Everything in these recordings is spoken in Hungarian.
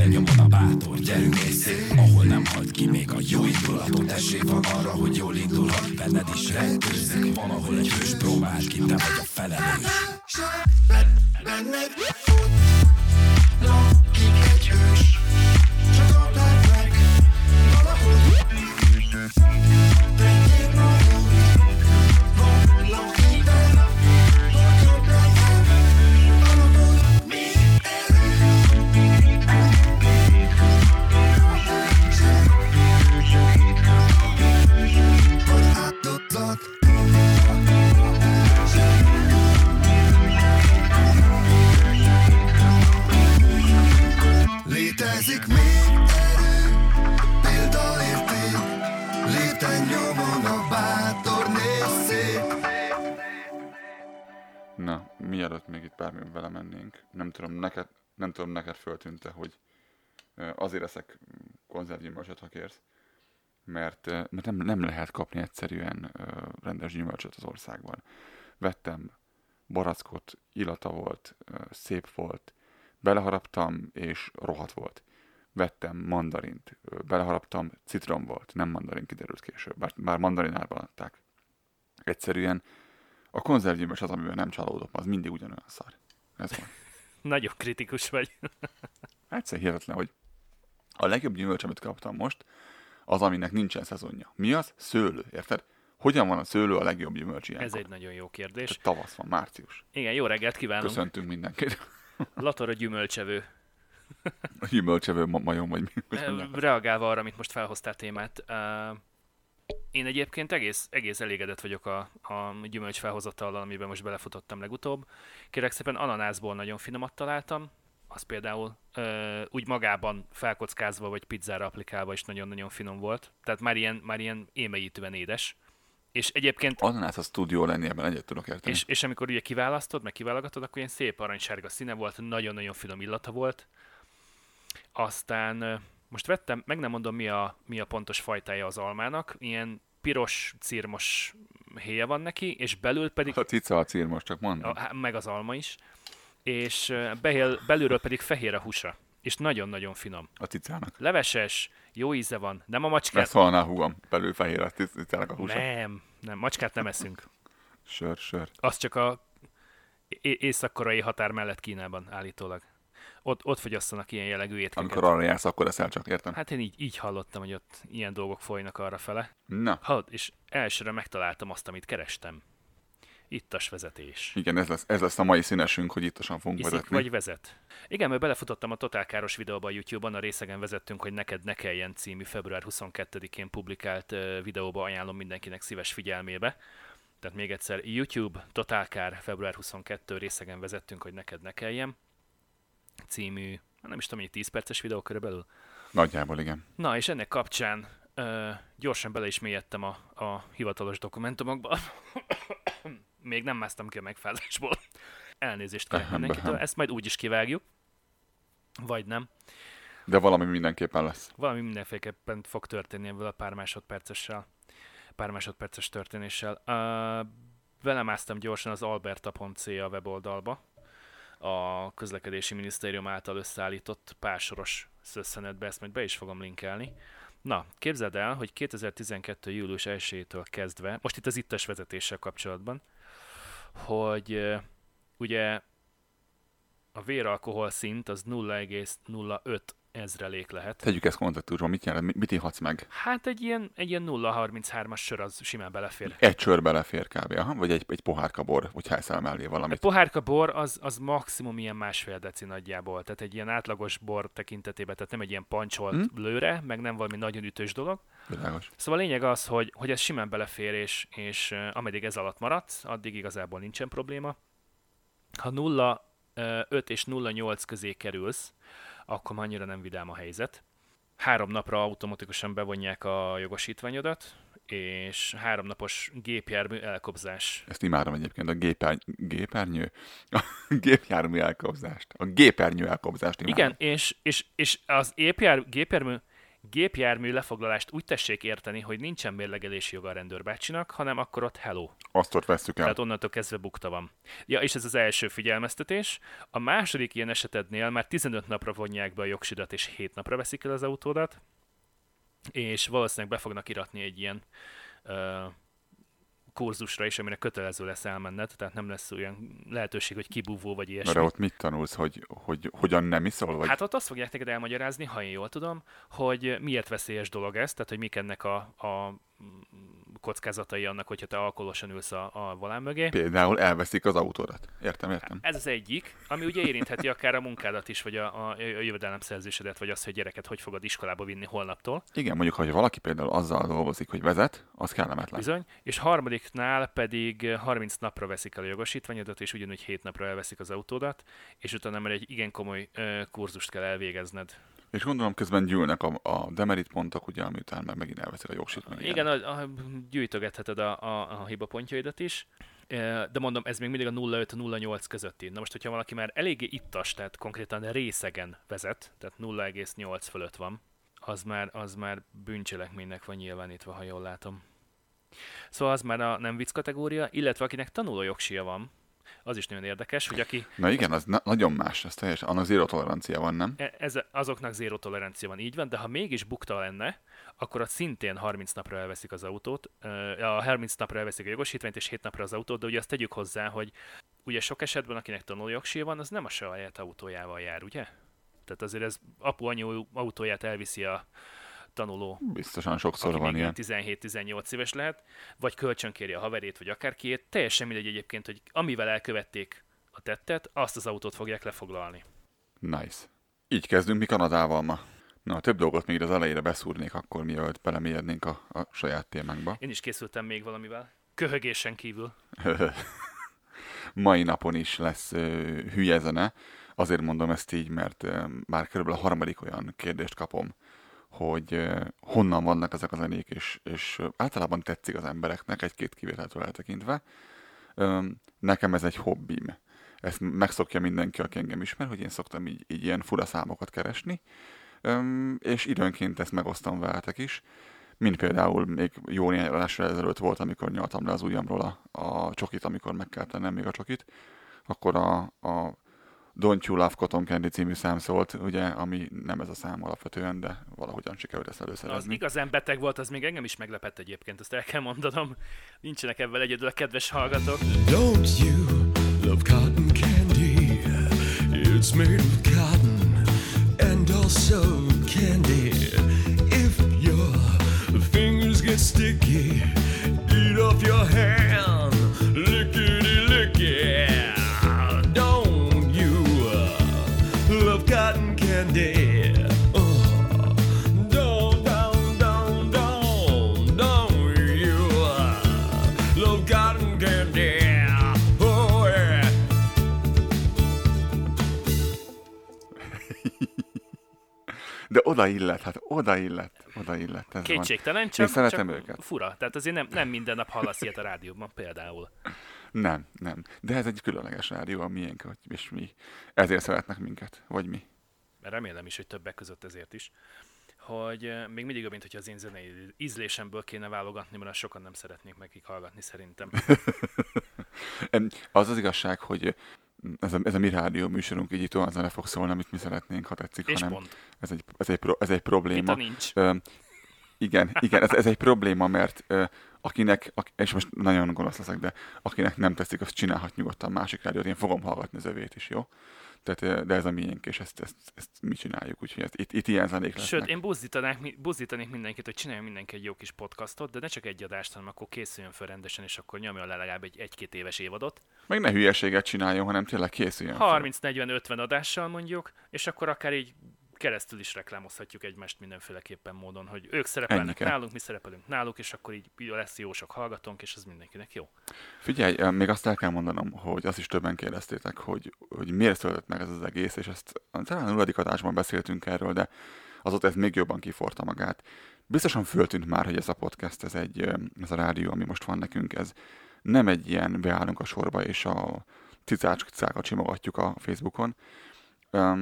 nyomon a bátor, gyerünk nézzék, ahol nem halt ki még a jó indulatot. Esély van arra, hogy jól indulhat, benned is rejtőzik. Van, ahol egy hős próbál ki, te vagy a felelős. Benned ott lakik egy hős, csak add meg valahogy. Tegyél magad, vannak ide, hogy jobb legyen, alapod mi vagy átadlak. Létezik még erő, példaérték, lépten nyomon a bátor, nézz szép. Na, mielőtt még itt bármiben vele mennénk, nem tudom neked föltűnte, hogy azért eszek konzervgyümölcsöt, ha kérsz, mert nem lehet kapni egyszerűen rendes gyümölcsöt az országban. Vettem barackot, illata volt, szép volt, beleharaptam, és rohadt volt. Vettem mandarint, beleharaptam, citrom volt, nem mandarin, kiderült később, bár mandarinárban adták. Egyszerűen a konzervgyümölcs az, amiben nem csalódom, az mindig ugyanolyan szar. Ez van. Nagyon kritikus vagy. Egyszer hihetetlen, hogy a legjobb gyümölcs, amit kaptam most, az, aminek nincsen szezonja. Mi az? Szőlő, érted? Hogyan van a szőlő a legjobb gyümölcs ilyenkor? Ez egy nagyon jó kérdés. Tehát tavasz van, március. Igen, jó reggelt kívánunk. Köszöntünk mindenkit. Lator a gyümölcsevő. A gyümölcsevő majom, vagy mi? Reagálva arra, amit most felhoztál témát. Én egyébként egész elégedett vagyok a gyümölcs felhozatallal, amiben most belefutottam legutóbb. Kérlek szépen, ananászból nagyon finomat találtam. Az például úgy magában felkockázva, vagy pizzára applikálva is nagyon-nagyon finom volt. Tehát már ilyen émeítően édes. És egyébként... Ananász az tud jól lenni, ebben egyet tudok érteni. És amikor ugye kiválasztod, meg kiválogatod, akkor ilyen szép aranysárga színe volt, nagyon-nagyon finom illata volt. Aztán most vettem, meg nem mondom mi a pontos fajtája az almának, ilyen piros, cirmos héja van neki, és belül pedig... A cica a cirmos, csak mondom. Meg az alma is. És belülről pedig fehér a húsa. És nagyon-nagyon finom. A cicának. Leveses, jó íze van. Nem a macskát... Ezt halná húgom, belül fehér a cicának a húsa. Nem, macskát nem eszünk. Sör. Az csak a észak-koreai határ mellett Kínában állítólag. Ott fogyasztanak ilyen jellegű étkeket. Amikor arra jársz, akkor eszel csak, értem? Hát én így hallottam, hogy ott ilyen dolgok folynak arrafele. Na. És elsőre megtaláltam azt, amit kerestem. Ittas vezetés. Igen, ez lesz a mai színesünk, hogy ittasan fogunk Iszik vezetni. vagy vezet? Igen, mert belefutottam a Totál Káros videóba a YouTube-on, a részegen vezettünk, hogy neked ne kelljen című február 22-én publikált videóba, ajánlom mindenkinek szíves figyelmébe. Tehát még egyszer, YouTube, Totál Kár, február 22 részegen vezettünk, hogy neked ne kelljen című, nem is tudom, hogy 10 perces videó körülbelül. Nagyjából, igen. Na, és ennek kapcsán gyorsan bele is mélyedtem a hivatalos dokumentumokba. Még nem másztam ki a megfázásból. Elnézést kérek mindenkitől, ezt majd úgy is kivágjuk. Vagy nem. De valami mindenképpen lesz. Valami mindenféleképpen fog történni ebből a pár másodperces történéssel. Belemásztam gyorsan az alberta.ca weboldalba. A közlekedési minisztérium által összeállított pársoros szösszenetbe, ezt majd be is fogom linkelni. Na, képzeld el, hogy 2012. július 1-től kezdve, most itt az ittas vezetéssel kapcsolatban, hogy ugye a véralkohol szint az 0,05 ezrelék lehet. Tegyük ezt kontextusban, mit jelent, mit ihatsz meg? Hát egy ilyen 0,33-as sör az simán belefér. Egy sör belefér kb. Vagy egy pohárka bor, hogyha eszel mellé valamit. Egy pohárka bor az maximum ilyen 1,5 deci nagyjából. Tehát egy ilyen átlagos bor tekintetében, tehát nem egy ilyen pancsolt lőre, meg nem valami nagyon ütős dolog. Világos. Szóval a lényeg az, hogy ez simán belefér, és ameddig ez alatt maradsz, addig igazából nincsen probléma. Ha 0,5 és 0,8 közé kerülsz, akkor már annyira nem vidám a helyzet. 3 napra automatikusan bevonják a jogosítványodat, és 3 napos gépjármű elkobzás. Ezt imádom egyébként, a gépjármű elkobzást. A gépjármű elkobzást imádom. Igen, és az gépjármű Gépjármű lefoglalást úgy tessék érteni, hogy nincsen mérlegelési joga a rendőrbácsinak, hanem akkor ott hello. Azt ott vesszük el. Tehát onnantól kezdve bukta van. Ja, és ez az első figyelmeztetés. A második ilyen esetednél már 15 napra vonják be a jogsidat, és 7 napra veszik el az autódat, és valószínűleg be fognak iratni egy ilyen kurzusra is, amire kötelező lesz elmenned, tehát nem lesz olyan lehetőség, hogy kibúvó vagy ilyesmi. De ott mit tanulsz, hogy hogyan nem iszol? Vagy? Hát ott azt fogják neked elmagyarázni, ha én jól tudom, hogy miért veszélyes dolog ez, tehát hogy mik ennek a kockázatai annak, hogyha te alkoholosan ülsz a volán mögé. Például elveszik az autódat. Értem. Ez az egyik, ami ugye érintheti akár a munkádat is, vagy a jövedelemszerzésedet, vagy azt, hogy gyereket hogy fogod iskolába vinni holnaptól. Igen, mondjuk, ha valaki például azzal dolgozik, hogy vezet, az kellemetlen. Bizony, és harmadiknál pedig 30 napra veszik el a jogosítványodat, és ugyanúgy 7 napra elveszik az autódat, és utána már egy igen komoly kurzust kell elvégezned. És gondolom közben gyűlnek a demerit pontok, ugye, amiután meg megint elveszik a jogsítványt. Igen, gyűjtögetheted a hibapontjaidat is, de mondom, ez még mindig a 0,5-0,8 közötti. Na most, hogyha valaki már eléggé ittas, tehát konkrétan részegen vezet, tehát 0,8 fölött van, az már bűncselekménynek van nyilvánítva, ha jól látom. Szóval az már a nem vicc kategória, illetve akinek tanuló jogsia van, az is nagyon érdekes, hogy aki... Na igen, az nagyon más, ez teljesen, annak zéró tolerancia van, nem? Azoknak zéró tolerancia van, így van, de ha mégis bukta lenne, akkor ott szintén 30 napra elveszik az autót, a 30 napra elveszik a jogosítványt, és 7 napra az autót, de ugye azt tegyük hozzá, hogy ugye sok esetben, akinek tanulójogsia van, az nem a saját autójával jár, ugye? Tehát azért ez apu-anyu autóját elviszi a tanuló. Biztosan sokszor aki van ilyen. 17-18 éves lehet, vagy kölcsönkéri a haverét, vagy akárkiét. Teljesen mindegy egyébként, hogy amivel elkövették a tettet, azt az autót fogják lefoglalni. Nice. Így kezdünk mi Kanadával ma. Na, több dolgot még az elejére beszúrnék, akkor mielőtt belemélyednénk a saját témánkba. Én is készültem még valamivel. Köhögésen kívül. Mai napon is lesz hülye zene. Azért mondom ezt így, mert már körülbelül a harmadik olyan kérdést kapom, hogy honnan vannak ezek a zenék, és általában tetszik az embereknek, egy-két kivételtől eltekintve. Nekem ez egy hobbim. Ezt megszokja mindenki, aki engem ismer, hogy én szoktam így ilyen fura számokat keresni, és időnként ezt megosztom veletek is. Mint például még jó néhány adással ezelőtt volt, amikor nyaltam le az ujjamról a csokit, amikor meg kell tennem még a csokit, akkor a Don't You Love Cotton Candy című szám szólt, ugye, ami nem ez a szám alapvetően, de valahogyan sikerült ezt előszerezni. Az igazán beteg volt, az még engem is meglepett egyébként, ezt el kell mondanom. Nincsenek ebben egyedül a kedves hallgatók. Don't you love cotton candy? It's made of cotton and also candy. If your fingers get sticky, eat off your hand, lickety-licky. Don't you love cotton candy? Don't you love cotton candy? Oh yeah. De oda illet. Ez Kétségtelen, van. csak, Én szeretem csak őket. fura. Tehát azért nem minden nap hallasz ilyet a rádióban például. Nem. De ez egy különleges rádió, a miénk, és mi ezért szeretnek minket, vagy mi. Remélem is, hogy többek között ezért is, hogy még mindig jobb, mint hogyha az én zenei ízlésemből kéne válogatni, mert azt sokan nem szeretnék meg hallgatni szerintem. Az igazság, hogy ez a mi rádió műsorunk így itt olyan zene fog szólni, amit mi szeretnénk, ha tetszik, És hanem pont. ez egy probléma. Vita nincs. Igen, ez egy probléma, mert akinek, és most nagyon gonosz leszek, de akinek nem tetszik, azt csinálhat nyugodtan másik rádiót, én fogom hallgatni az övét is, jó? Tehát, de ez a miénk, és ezt mi csináljuk, úgyhogy itt ilyen zenék lesznek. Sőt, én buzdítanék mindenkit, hogy csináljon mindenki egy jó kis podcastot, de ne csak egy adást, hanem akkor készüljön fel rendesen, és akkor nyomjon le legalább egy-két éves évadot. Meg ne hülyeséget csináljon, hanem tényleg készüljön fel. 30-40-50 adással mondjuk, és akkor akár így keresztül is reklámozhatjuk egymást mindenféleképpen módon, hogy ők szerepelnek nálunk, mi szerepelünk náluk, és akkor így lesz jó sok hallgatónk, és ez mindenkinek jó. Figyelj, még azt el kell mondanom, hogy azt is többen kérdeztétek, hogy miért született meg ez az egész, és ezt talán a 0. adásban beszéltünk erről, de azóta ez még jobban kiforta magát. Biztosan föltűnt már, hogy ez a podcast, ez a rádió, ami most van nekünk, ez nem egy ilyen beállunk a sorba, és a cicákat simogatjuk a Facebookon.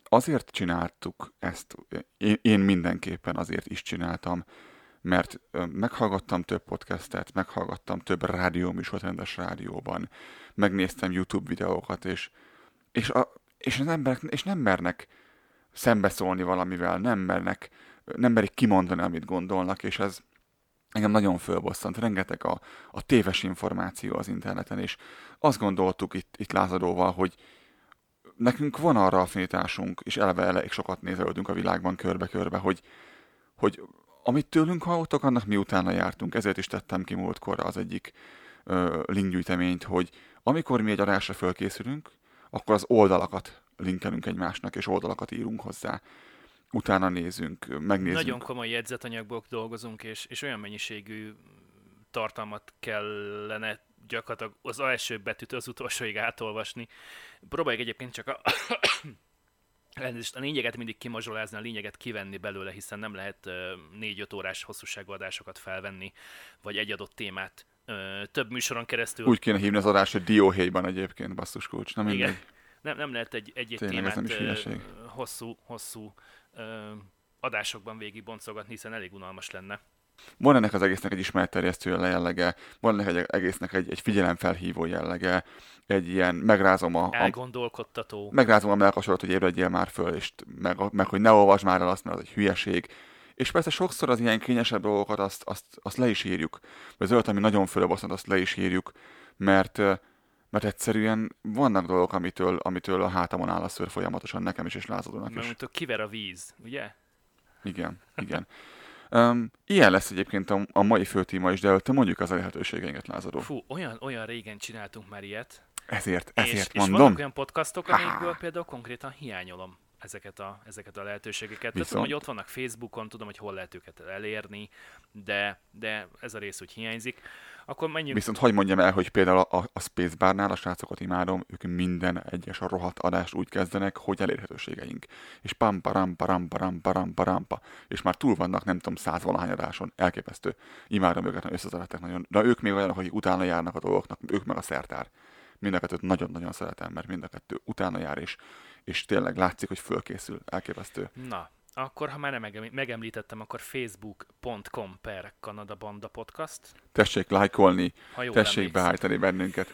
azért csináltuk ezt, én mindenképpen azért is csináltam, mert meghallgattam több podcastet, meghallgattam több rádióműsort rendes rádióban, megnéztem YouTube videókat, és az emberek és nem mernek szembeszólni valamivel, nem merik kimondani, amit gondolnak, és ez engem nagyon fölbosszant. Rengeteg a téves információ az interneten, és azt gondoltuk itt Lázadóval, hogy nekünk van arra affinitásunk, és eleve elég sokat nézelődünk a világban körbe-körbe, hogy amit tőlünk hallottak, annak mi utána jártunk. Ezért is tettem ki múltkor az egyik linkgyűjteményt, hogy amikor mi egy adásra fölkészülünk, akkor az oldalakat linkelünk egymásnak, és oldalakat írunk hozzá. Utána nézünk, megnézzük. Nagyon komoly jegyzetanyagból dolgozunk, és olyan mennyiségű tartalmat kellene gyakorlatilag az első betűt az utolsóig átolvasni. Próbáljuk egyébként csak a lényeget mindig kimazsolázni, a lényeget kivenni belőle, hiszen nem lehet 4-5 órás hosszúságú adásokat felvenni, vagy egy adott témát több műsoron keresztül. Úgy kéne hívni az adást, hogy dióhéjban egyébként, basszus kulcs. Nem igen. mindegy. Nem lehet egy témát hosszú adásokban végig boncolgatni, hiszen elég unalmas lenne. Van ennek az egésznek egy ismeretterjesztő jellege, van ennek egy egésznek egy figyelemfelhívó jellege, egy ilyen elgondolkodtató. Megrázom a melkasodat, hogy ébredjél már föl, és meg hogy ne olvasd már el azt, mert az egy hülyeség. És persze sokszor az ilyen kényesebb dolgokat azt le is írjuk. Vagy az olyat, ami nagyon fölbosszant, azt le is írjuk, mert egyszerűen vannak dolgok, amitől a hátamon áll a szőr folyamatosan, nekem is, és Lázadónak is. Mert kiver a víz, ugye? Igen. Ilyen lesz egyébként a mai főtéma is, de előtte mondjuk az lehetőségeinket, Lázadó. Fú, olyan régen csináltunk már ilyet. Ezért és mondom. És vannak olyan podcastok, amikből például konkrétan hiányolom ezeket a lehetőségeket. Tudom, hogy ott vannak Facebookon, tudom, hogy hol lehet őket elérni, de ez a rész úgy hiányzik. Akkor menjünk... Viszont hadd mondjam el, hogy például a Spacebarnál a srácokat imádom, ők minden egyes a rohadt adást úgy kezdenek, hogy elérhetőségeink. És pam-param-param-param-param-parampa. És már túl vannak, nem tudom, 100-valahány adáson. Elképesztő. Imádom őket, összeszerettek nagyon. De ők még olyanok, akik utána járnak a dolgoknak, ők meg a szertár. Mind a kettőt nagyon-nagyon szeretem, mert mind a kettő utána jár, és tényleg látszik, hogy fölkészül. Elképesztő. Na, akkor ha már nem megemlítettem, akkor facebook.com/Kanada Banda Podcast. Tessék lájkolni, tessék beállítani bennünket.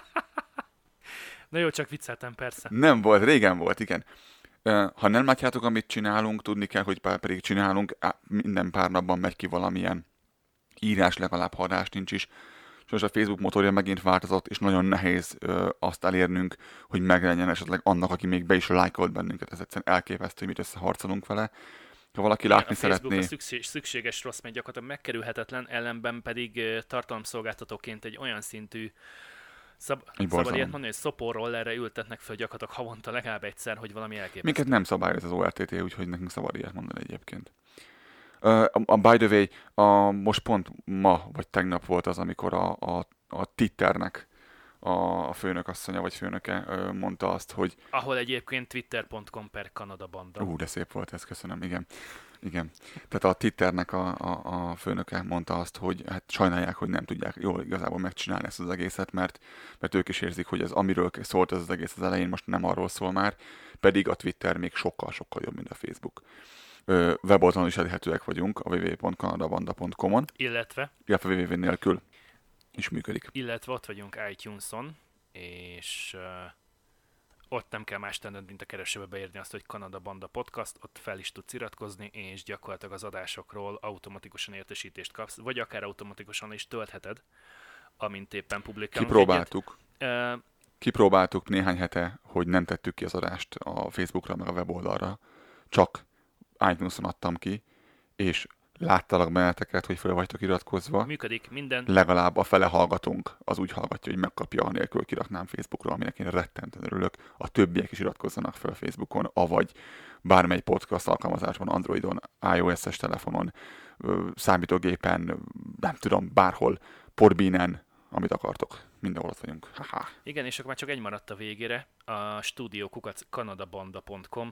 Na jó, csak vicceltem, persze. Nem volt, régen volt, igen. Ha nem látjátok, amit csinálunk, tudni kell, hogy pedig csinálunk, minden pár napban megy ki valamilyen írás, legalább ha adás nincs is. És a Facebook motorja megint változott, és nagyon nehéz azt elérnünk, hogy megjelenjen esetleg annak, aki még be is lájkolt bennünket. Ez egyszerűen elképesztő, hogy mit összeharcolunk vele. Ha valaki látni szeretné... A Facebook szükséges rossz, mert gyakorlatilag megkerülhetetlen, ellenben pedig tartalomszolgáltatóként egy olyan szintű szabad ilyet mondani, hogy szoporrollerre ültetnek föl gyakorlatilag havonta legalább egyszer, hogy valami elképesztő. Minket nem szabályoz az ORTT, úgyhogy nekünk szabad ilyet mondani egyébként. By the way, most pont ma vagy tegnap volt az, amikor a Twitternek a főnökasszonya vagy főnöke mondta azt, hogy... Ahol egyébként twitter.com/Kanada Banda. De szép volt ez, köszönöm, igen. Tehát a Twitternek a főnöke mondta azt, hogy hát sajnálják, hogy nem tudják jól igazából megcsinálni ezt az egészet, mert ők is érzik, hogy ez amiről szólt ez az egész az elején, most nem arról szól már, pedig a Twitter még sokkal-sokkal jobb, mint a Facebook. Weboldalon is elérhetőek vagyunk, a www.kanadabanda.com-on. Illetve www nélkül is működik. Illetve ott vagyunk iTunes-on, és ott nem kell más tenned, mint a keresőbe beírni azt, hogy Kanada Banda Podcast, ott fel is tudsz iratkozni, és gyakorlatilag az adásokról automatikusan értesítést kapsz, vagy akár automatikusan is töltheted, amint éppen publikálunk. Kipróbáltuk néhány hete, hogy nem tettük ki az adást a Facebookra, meg a weboldalra, csak iTunes-on adtam ki, és láttalak benneteket, hogy fel vagytok iratkozva. Működik minden. Legalább a fele hallgatónk az úgy hallgatja, hogy megkapja, anélkül kiraknám Facebookra, aminek én rettenten örülök. A többiek is iratkozzanak fel Facebookon, avagy bármely podcast alkalmazásban, Androidon, iOS-es telefonon, számítógépen, nem tudom, bárhol, Podbeanen, amit akartok. Mindenhol ott vagyunk. Ha-ha. Igen, és akkor már csak egy maradt a végére. A stúdió kanadabanda.com,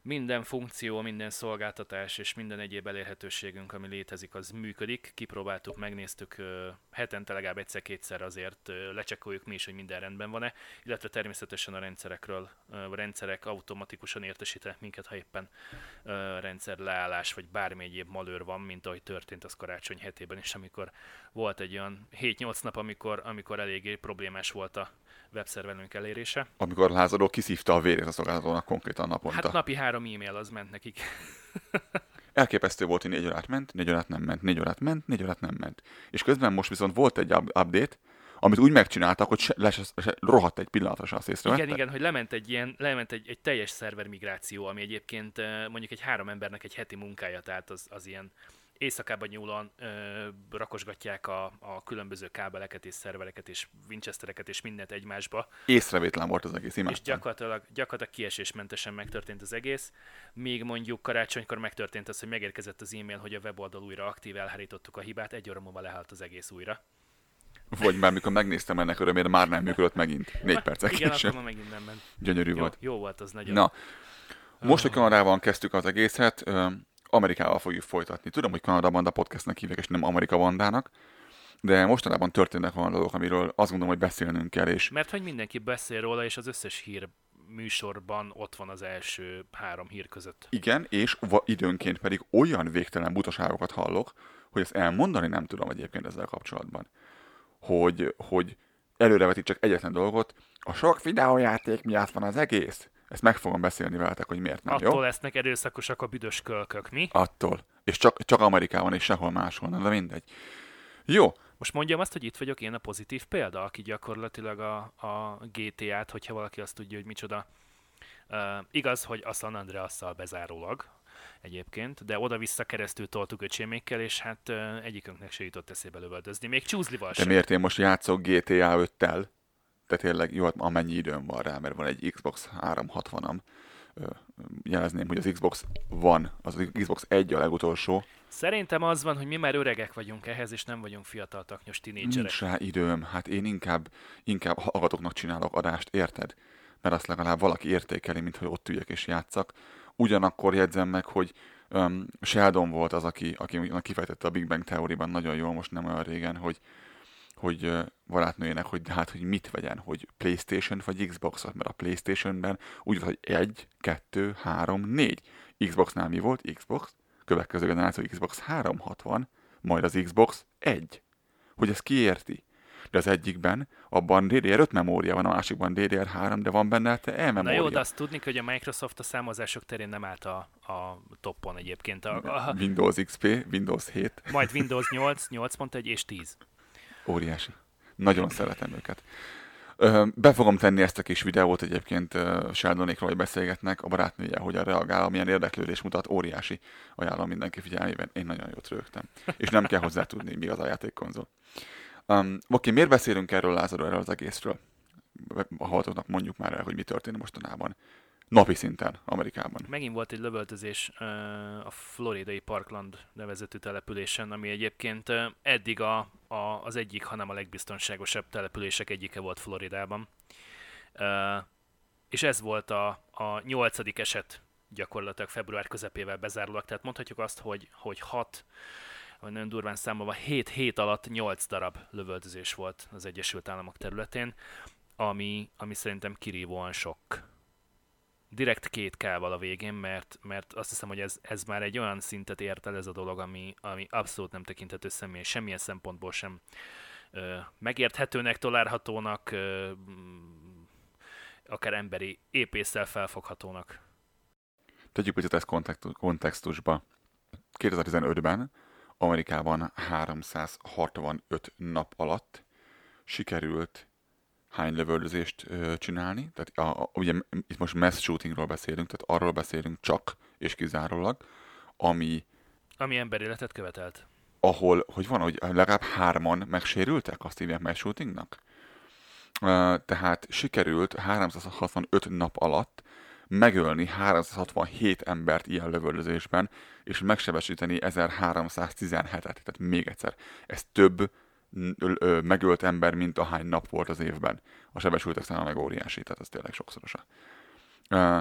minden funkció, minden szolgáltatás és minden egyéb elérhetőségünk, ami létezik, az működik. Kipróbáltuk, megnéztük hetente legalább egyszer-kétszer, azért lecsekkoljuk mi is, hogy minden rendben van-e, illetve természetesen a rendszerek automatikusan értesítenek minket, ha éppen rendszer leállás vagy bármi egyéb malőr van, mint ahogy történt az karácsony hetében is, amikor volt egy olyan 7-8 nap, amikor eléggé problémás volt a webszerverünk elérése. Amikor lázadó kiszívta a vérét a szolgáltatónak konkrétan naponta. Hát napi 3 e-mail az ment nekik. Elképesztő volt, hogy 4 órát ment, 4 órát nem ment, 4 órát ment, 4 órát nem ment. És közben most viszont volt egy update, amit úgy megcsináltak, hogy rohadt egy pillanatra se azt észrevette. Igen, hogy lement egy teljes szerver migráció, ami egyébként mondjuk egy 3 embernek egy heti munkája, tehát az ilyen éjszakában nyúlóan rakosgatják a különböző kábeleket és szervereket és Winchestereket és mindent egymásba. Észrevétlen volt az egész, imádtam. És gyakorlatilag kiesésmentesen megtörtént az egész. Még mondjuk karácsonykor megtörtént az, hogy megérkezett az e-mail, hogy a weboldal újra aktív, elhárítottuk a hibát, 1 óra múlva lehalt az egész újra. Vagy már mikor megnéztem ennek örömére, már nem működött megint. 4 percek igen, később. akkor megint nem ment. Gyönyörű volt. Jó volt az nagyon. Na, most, hogy Kanadában kezdtük az egészet, Amerikával fogjuk folytatni. Tudom, hogy Kanada Banda podcastnek hívják, és nem Amerika Bandának, de mostanában történnek olyan dolgok, amiről azt gondolom, hogy beszélnünk kell. És... Mert hogy mindenki beszél róla, és az összes hír műsorban ott van az első 3 hír között. Igen, és időnként pedig olyan végtelen butaságokat hallok, hogy ezt elmondani nem tudom egyébként ezzel kapcsolatban. Hogy előrevetik csak egyetlen dolgot, a sok videójáték miatt van az egész. Ezt meg fogom beszélni veletek, hogy miért nem, attól jó? lesznek erőszakosak a büdös kölkök, mi? Attól. És csak Amerikában és sehol máshol, de mindegy. Jó. Most mondjam azt, hogy itt vagyok én a pozitív példa, aki gyakorlatilag a GTA-t, hogyha valaki azt tudja, hogy micsoda. Igaz, hogy a San Andreasszal bezárólag egyébként, de oda-vissza keresztül toltuk öcsémékkel, és hát egyikünknek se jutott eszébe lövöldözni, még csúzlival sem. De miért én most játszok GTA 5-tel? Tehát tényleg jó, amennyi időm van rá, mert van egy Xbox 360-am. Jelezném, hogy az Xbox One, az Xbox 1 a legutolsó. Szerintem az van, hogy mi már öregek vagyunk ehhez, és nem vagyunk fiatal taknyos tinédzserek. Nincs rá időm. Hát én inkább hallgatóknak csinálok adást, érted? Mert azt legalább valaki értékeli, mint hogy ott üljek és játszak. Ugyanakkor jegyzem meg, hogy Sheldon volt az, aki kifejtette a Big Bang Theory-ban nagyon jól, most nem olyan régen, hogy barátnőjének, hogy mit vegyen, hogy PlayStation vagy Xbox-ot, mert a PlayStation-ben úgy volt, hogy 1, 2, 3, 4. Xbox-nál mi volt? Xbox, következő generáció Xbox 360, majd az Xbox 1. Hogy ezt kiérti? De az egyikben, abban DDR5 memória van, a másikban DDR3, de van benne e-memória. Na jó, de azt tudni, hogy a Microsoft a számozások terén nem állt a toppon egyébként. Windows XP, Windows 7. Majd Windows 8, 8.1 és 10. Óriási. Nagyon szeretem őket. Be fogom tenni ezt a kis videót, egyébként Sheldonékról, hogy beszélgetnek, a barátnője hogyan reagál, amilyen érdeklődés mutat, óriási. Ajánlom mindenki figyelmében, én nagyon jót rögtem. És nem kell hozzá tudni, mi az a játékkonzol. Oké, miért beszélünk erről, Lázaro, erről az egészről? A hallgatóknak mondjuk már el, hogy mi történik mostanában. Napi szinten, Amerikában. Megint volt egy lövöldözés a floridai Parkland nevezetű településen, ami egyébként eddig az egyik, hanem a legbiztonságosabb települések egyike volt Floridában. És ez volt a 8. eset gyakorlatilag február közepével bezárólag, tehát mondhatjuk azt, hogy 6, vagy nagyon durván számolva 7 hét alatt 8 darab lövöldözés volt az Egyesült Államok területén, ami szerintem kirívóan sok. Direkt 2K-val a végén, mert azt hiszem, hogy ez már egy olyan szintet ért el ez a dolog, ami abszolút nem tekinthető semmilyen szempontból sem megérthetőnek, tolerhatónak, akár emberi épésszel felfoghatónak. Tegyük picit ezt kontextusba. 2015-ben Amerikában 365 nap alatt sikerült hány lövöldözést csinálni. Tehát ugye itt most mass shootingról beszélünk, tehát arról beszélünk csak és kizárólag, ami emberéletet követelt. Ahol, hogy van, hogy legalább 3-an megsérültek, azt hívják mass shootingnak. Tehát sikerült 365 nap alatt megölni 367 embert ilyen lövöldözésben, és megsebesíteni 1317-et. Tehát még egyszer, ez több megölt ember, mint ahány nap volt az évben. A sebesültek száma meg óriási, tehát ez tényleg sokszorosa.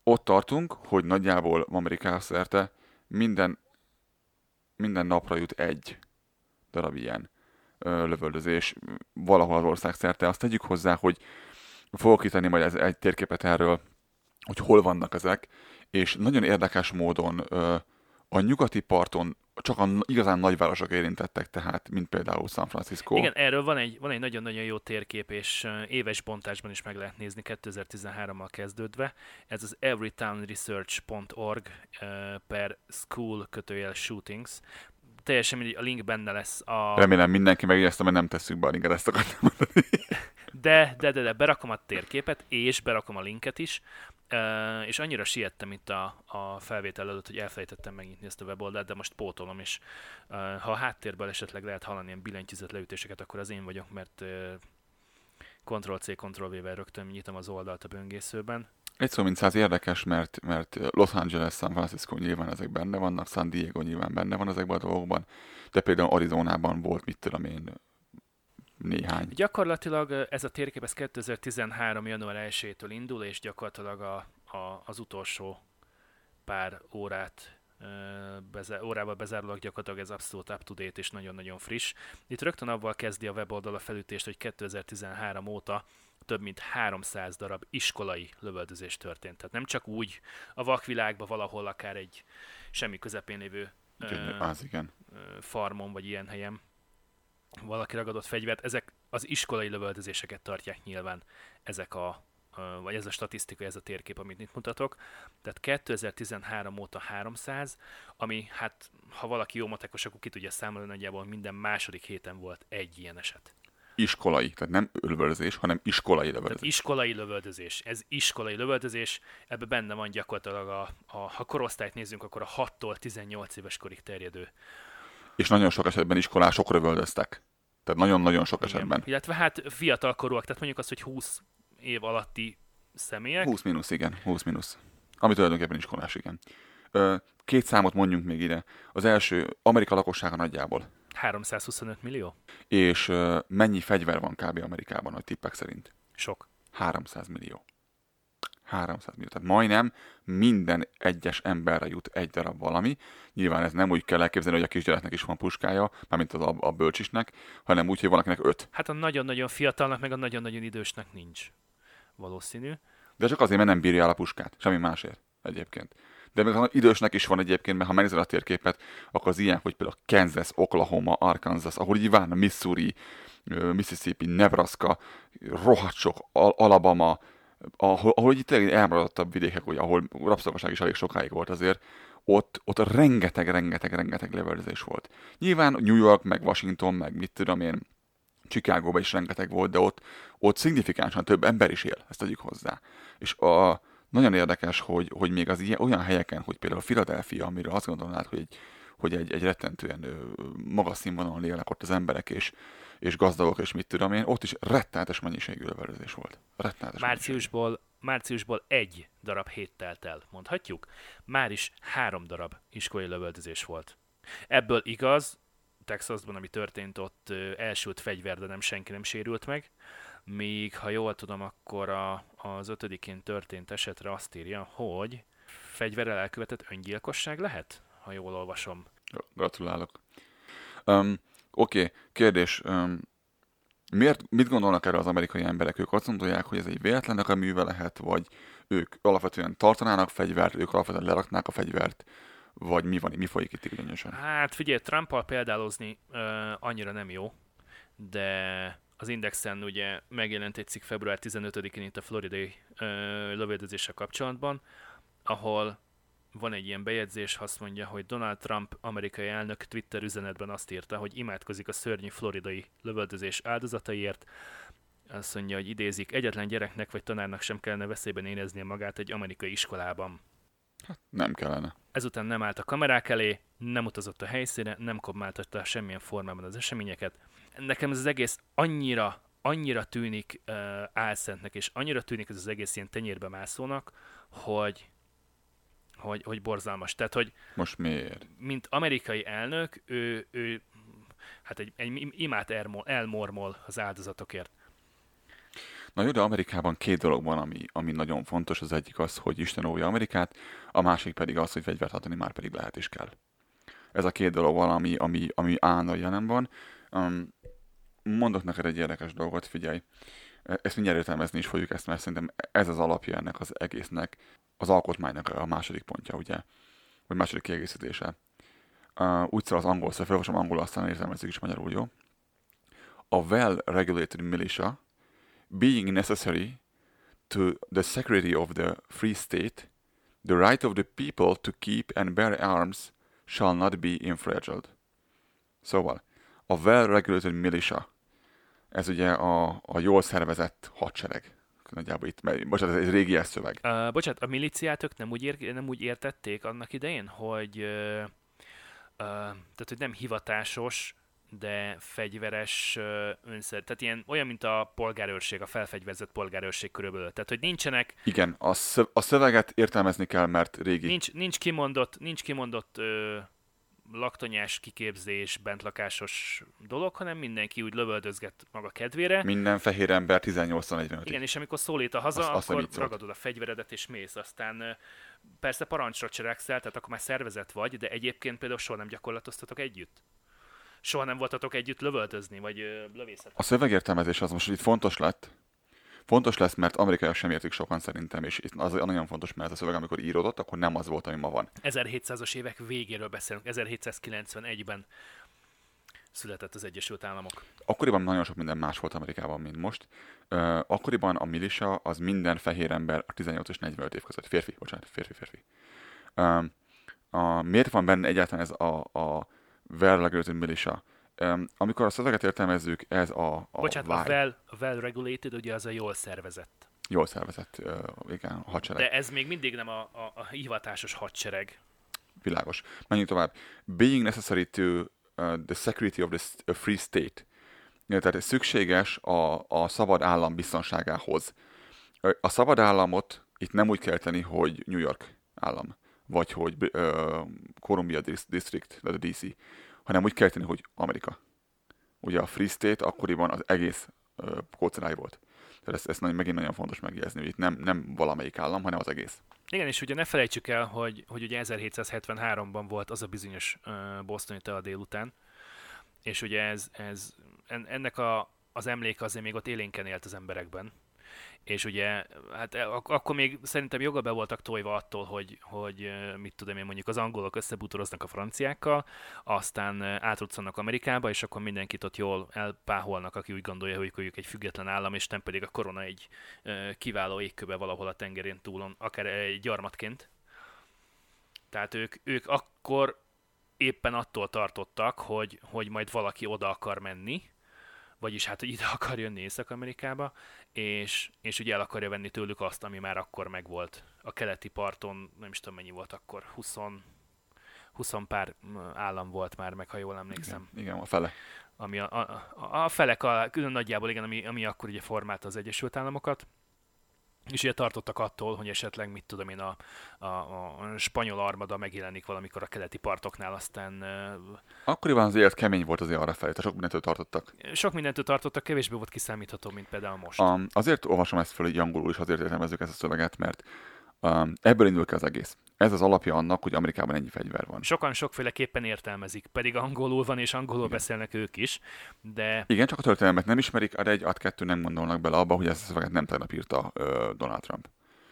ott tartunk, hogy nagyjából Amerikára szerte minden napra jut egy darab ilyen lövöldözés valahol az ország szerte. Azt tegyük hozzá, hogy fogok kitenni majd egy térképet erről, hogy hol vannak ezek, és nagyon érdekes módon a nyugati parton csak a igazán nagyvárosok érintettek, tehát, mint például San Francisco. Igen, erről van egy nagyon-nagyon jó térkép, és éves bontásban is meg lehet nézni 2013-mal kezdődve. Ez az everytownresearch.org per school/shootings. Teljesen mindegy, a link benne lesz a... Remélem mindenki megérezte, mert nem tesszük be a linket, ezt akartam mondani. De, berakom a térképet, és berakom a linket is, és annyira siettem itt a felvétel előtt, hogy elfelejtettem megnyitni ezt a weboldalt, de most pótolom, és ha a háttérből esetleg lehet hallani ilyen billentyűzet leütéseket, akkor az én vagyok, mert Ctrl-C, Ctrl-V-vel rögtön nyitom az oldalt a böngészőben. Egy szó mint száz érdekes, mert Los Angeles, San Francisco nyilván ezek benne vannak, San Diego nyilván benne van ezekben a dolgokban, de például Arizonában volt, mit tudom én, néhány. Gyakorlatilag ez a térkép ez 2013. január 1-től indul, és gyakorlatilag az utolsó pár órával bezárólag gyakorlatilag ez abszolút up-to-date és nagyon-nagyon friss. Itt rögtön avval kezdi a weboldal a felütést, hogy 2013 óta több mint 300 darab iskolai lövöldözés történt. Tehát nem csak úgy a vakvilágban valahol akár egy semmi közepén lévő igen. farmon vagy ilyen helyen valaki ragadott fegyvert, ezek az iskolai lövöldözéseket tartják nyilván, vagy ez a statisztika, ez a térkép, amit itt mutatok. Tehát 2013 óta 300, ami hát, ha valaki jó matekos, akkor ki tudja számolni, nagyjából minden második héten volt egy ilyen eset. Iskolai, tehát nem lövöldözés, hanem iskolai lövöldözés. Tehát iskolai lövöldözés. Ez iskolai lövöldözés, ebben benne van gyakorlatilag ha korosztályt nézzünk, akkor a 6-tól 18 éves korig terjedő. És nagyon sok esetben iskolások lövöldöztek. Tehát nagyon-nagyon sok esetben. Illetve hát fiatalkorúak, tehát mondjuk azt, hogy 20 év alatti személyek. 20 mínusz, igen. 20 mínusz. Ami tulajdonképpen iskolás, igen. Két számot mondjunk még ide. Az első, Amerika lakossága nagyjából. 325 millió? És mennyi fegyver van kb. Amerikában, a tippek szerint? Sok. 300 millió. 300 millió. Tehát majdnem minden egyes emberre jut egy darab valami. Nyilván ez nem úgy kell elképzelni, hogy a kisgyereknek is van puskája, mármint a bölcsisnek, hanem úgy, hogy valakinek 5. Hát a nagyon-nagyon fiatalnak, meg a nagyon-nagyon idősnek nincs. Valószínű. De csak azért, mert nem bírja el a puskát. Semmi másért egyébként. De még az idősnek is van egyébként, mert ha megnézed a térképet, akkor az ilyen, hogy például Kansas, Oklahoma, Arkansas, ahol így van Missouri, Mississippi, Nebraska, rohadt sok, Alabama, ahol így tényleg elmaradottabb vidékek, ahol rabszolgaság is elég sokáig volt azért, ott rengeteg lövöldözés volt. Nyilván New York, meg Washington, meg mit tudom én, Chicagóban is rengeteg volt, de ott szignifikánsan több ember is él, ezt tegyük hozzá. És nagyon érdekes, hogy még az olyan helyeken, hogy például Philadelphia, amiről azt gondolnád, hogy egy rettentően magas színvonalon élnek ott az emberek, és gazdagok, és mit tudom én, ott is rettenetes mennyiségű lövöldözés volt. Márciusból egy darab hét telt el, mondhatjuk. Már is 3 darab iskolai lövöldözés volt. Ebből igaz, Texasban, ami történt, ott elsült fegyver, de senki nem sérült meg. Míg, ha jól tudom, akkor az 5-én történt esetre azt írja, hogy fegyverrel elkövetett öngyilkosság lehet, ha jól olvasom. Gratulálok. Oké, kérdés. Mit gondolnak erre az amerikai emberek? Ők azt gondolják, hogy ez egy véletlennek a műve lehet, vagy ők alapvetően tartanának fegyvert, ők alapvetően leraknák a fegyvert, vagy mi folyik itt igényesen? Hát figyelj, Trumpal példálozni annyira nem jó, de az Indexen ugye megjelent egy cikk február 15-én itt a floridai lövöldözéssel kapcsolatban, ahol van egy ilyen bejegyzés, azt mondja, hogy Donald Trump amerikai elnök Twitter üzenetben azt írta, hogy imádkozik a szörnyű floridai lövöldözés áldozataiért. Azt mondja, hogy idézik, egyetlen gyereknek vagy tanárnak sem kellene veszélyben éreznie magát egy amerikai iskolában. Hát nem kellene. Ezután nem állt a kamerák elé, nem utazott a helyszínre, nem kommáltatta semmilyen formában az eseményeket. Nekem ez az egész annyira tűnik álszentnek, és annyira tűnik ez az egész ilyen tenyérbe mászónak, hogy borzalmas. Tehát, hogy most miért? Mint amerikai elnök, ő hát egy imát elmormol az áldozatokért. Na jó, de Amerikában két dolog van, ami nagyon fontos. Az egyik az, hogy Isten óvja Amerikát, a másik pedig az, hogy fegyvert használni már pedig lehet és kell. Ez a két dolog van, ami állandóan jelen van. Mondok neked egy érdekes dolgot, figyelj. Ezt mindjárt értelmezni is fogjuk ezt, mert szerintem ez az alapja ennek az egésznek, az alkotmánynak a második pontja, ugye? Vagy második kiegészítése. Úgy szól az angol, szóval felolvasom angolul, aztán értelmezzük is magyarul, jó? A well-regulated militia, being necessary to the security of the free state, the right of the people to keep and bear arms shall not be infringed. Szóval, a well-regulated militia, ez ugye a jól szervezett hadsereg. Nagyjából itt, bocsánat, ez egy régi szöveg. Bocsánat, a milíciát nem úgy értették annak idején, hogy tehát, hogy nem hivatásos, de fegyveres tehát ilyen, olyan, mint a polgárőrség, a felfegyverzett polgárőrség körülbelül. Tehát, hogy nincsenek... Igen, a szöveget értelmezni kell, mert régi. Nincs kimondott laktanyás kiképzés, bentlakásos dolog, hanem mindenki úgy lövöldözget maga kedvére. Minden fehér ember 18-45-ig. Igen, és amikor szólít a haza, akkor ragadod a fegyveredet és mész. Aztán persze parancsra cselekszel, tehát akkor már szervezet vagy, de egyébként például soha nem gyakorlatoztatok együtt. Soha nem voltatok együtt lövöldözni, vagy lövészetek. A szövegértelmezés az most itt fontos lett. Fontos lesz, mert amerikaiak sem értik sokan szerintem, és itt az nagyon fontos, mert a szöveg, amikor íródott, akkor nem az volt, ami ma van. 1700-as évek végéről beszélünk, 1791-ben született az Egyesült Államok. Akkoriban nagyon sok minden más volt Amerikában, mint most. Akkoriban a militia az minden fehér ember a 18 és 45 év között. Férfi. Miért van benne egyáltalán ez a well-regulated militia? Amikor a szöveget értelmezzük, ez Bocsánat, a well-regulated, ugye az a jól szervezett. Jól szervezett, igen, a hadsereg. De ez még mindig nem a hivatásos hadsereg. Világos. Menjünk tovább. Being necessary to the security of the free state. Tehát szükséges a szabad állam biztonságához. A szabad államot itt nem úgy kell tenni, hogy New York állam, vagy hogy Columbia District, vagy a DC, hanem úgy kell tenni, hogy Amerika. Ugye a Free State akkoriban az egész kóceráj volt. Tehát ezt megint nagyon fontos megjegyezni, hogy itt nem valamelyik állam, hanem az egész. Igen, és ugye ne felejtsük el, hogy ugye 1773-ban volt az a bizonyos bostoni tea délután, és ugye ennek az emléke azért még ott élénken élt az emberekben. És ugye, hát akkor még szerintem joggal be voltak tojva attól, hogy mit tudom én, mondjuk az angolok összebútoroznak a franciákkal, aztán átruccannak Amerikába, és akkor mindenkit ott jól elpáholnak, aki úgy gondolja, hogy ők egy független állam, és nem pedig a korona egy kiváló égköve valahol a tengerén túlon, akár egy gyarmatként. Tehát ők akkor éppen attól tartottak, hogy majd valaki oda akar menni, vagyis hát, hogy ide akar jönni Észak-Amerikába, és ugye el akarja venni tőlük azt, ami már akkor megvolt. A keleti parton, nem is tudom mennyi volt akkor, 20 pár állam volt már meg, ha jól emlékszem. Igen, a fele. Ami a felek, külön nagyjából igen, ami akkor ugye formálta az Egyesült Államokat. És ugye tartottak attól, hogy esetleg, mit tudom én, a spanyol armada megjelenik valamikor a keleti partoknál, aztán... Akkoriban az élet kemény volt azért arra felé, sok mindentől tartottak. Sok mindentől tartottak, kevésbé volt kiszámítható, mint például most. Azért olvasom ezt föl így angolul, és azért értelmezzük ezt a szöveget, mert ebből indul ki az egész. Ez az alapja annak, hogy Amerikában ennyi fegyver van. Sokan sokféleképpen értelmezik, pedig angolul van, és angolul igen. Beszélnek ők is, de... Igen, csak a történelmet nem ismerik, ad 1, ad 2 nem gondolnak bele abba, hogy ezt a szöveget nem tegnap írta Donald Trump.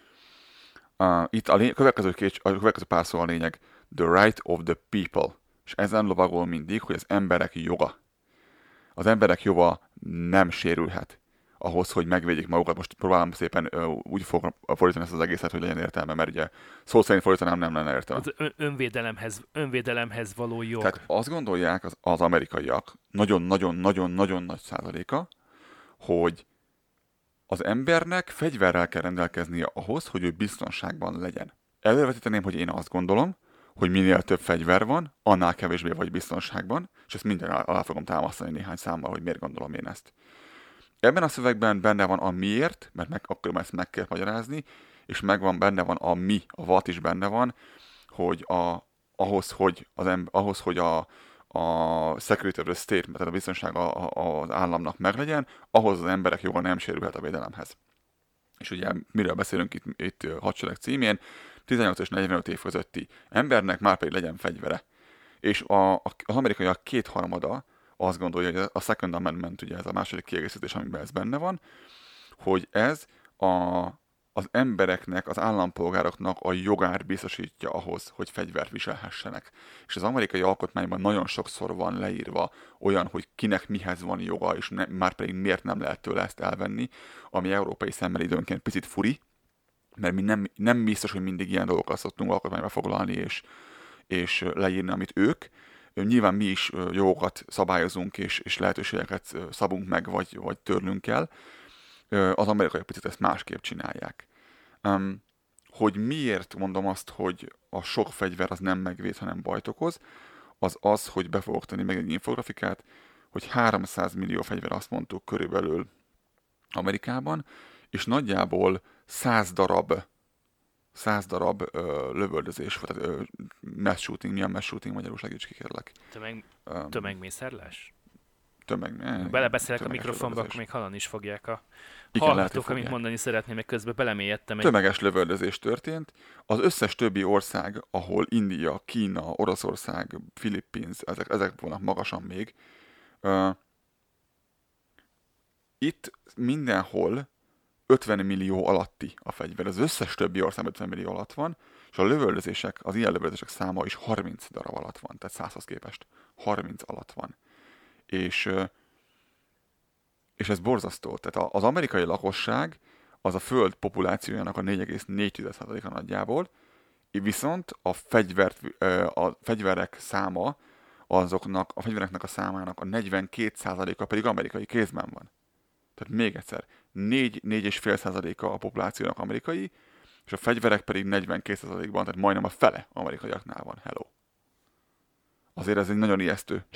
Itt a következő pár szó a lényeg, the right of the people, és ezen lovagol mindig, hogy az emberek joga. Az emberek joga nem sérülhet ahhoz, hogy megvédjék magukat. Most próbálom szépen úgy fordítani ezt az egészet, hogy legyen értelme, mert ugye szó szerint fordítanám nem lenne értelme. Az önvédelemhez való jog. Tehát azt gondolják az amerikaiak, nagyon-nagyon-nagyon-nagyon nagy százaléka, hogy az embernek fegyverrel kell rendelkeznie ahhoz, hogy ő biztonságban legyen. Elővetíteném, hogy én azt gondolom, hogy minél több fegyver van, annál kevésbé vagy biztonságban, és ezt minden alá fogom támasztani néhány számmal, hogy miért gondolom én ezt. Ebben a szövegben benne van a miért, mert akkor ezt meg kell magyarázni, és benne van a mi, a what is benne van, hogy ahhoz, hogy a security of the state, tehát a biztonság az államnak meglegyen, ahhoz az emberek joga nem sérülhet a védelemhez. És ugye miről beszélünk itt hadsereg címén, 18 és 45 év közötti embernek már pedig legyen fegyvere. És az amerikaiak kétharmada azt gondolja, hogy a Second Amendment, ugye ez a második kiegészítés, amiben ez benne van, hogy ez az embereknek, az állampolgároknak a jogát biztosítja ahhoz, hogy fegyvert viselhessenek. És az amerikai alkotmányban nagyon sokszor van leírva olyan, hogy kinek mihez van joga, és már pedig miért nem lehet tőle ezt elvenni, ami európai szemmel időnként picit furi, mert mi nem biztos, hogy mindig ilyen dolgokat szoktunk alkotmányba foglalni és leírni, amit ők. Nyilván mi is jogokat szabályozunk, és lehetőségeket szabunk meg, vagy törlünk el. Az amerikaiak picit ezt másképp csinálják. Hogy miért mondom azt, hogy a sok fegyver az nem megvéd, hanem bajt okoz, az, hogy be fogok tenni meg egy infografikát, hogy 300 millió fegyver, azt mondtuk, körülbelül Amerikában, és nagyjából 100 darab lövöldözés, vagy mass shooting, mi a mass shooting, magyarul segíts ki, kérlek. Tömegmészárlás? Belebeszélek a mikrofonba, akkor még hallani is fogják a igen, hallgatók, amit mondani szeretném, meg közben belemélyedtem. Tömeges lövöldözés történt. Az összes többi ország, ahol India, Kína, Oroszország, Philippines, ezek vannak magasan még, itt mindenhol 50 millió alatti a fegyver. Az összes többi ország 50 millió alatt van, és a lövöldözések, az ilyen lövöldözések száma is 30 darab alatt van, tehát 100-hoz képest 30 alatt van. És ez borzasztó. Tehát az amerikai lakosság az a föld populációjának a 4,4%-a nagyjából, viszont a fegyverek száma, a fegyvereknek a számának a 42%-a pedig amerikai kézben van. Tehát még egyszer, 4,5%-a a populációnak amerikai, és a fegyverek pedig 42%-ban, tehát majdnem a fele amerikaiaknál van. Hello. Azért ez egy nagyon ijesztő.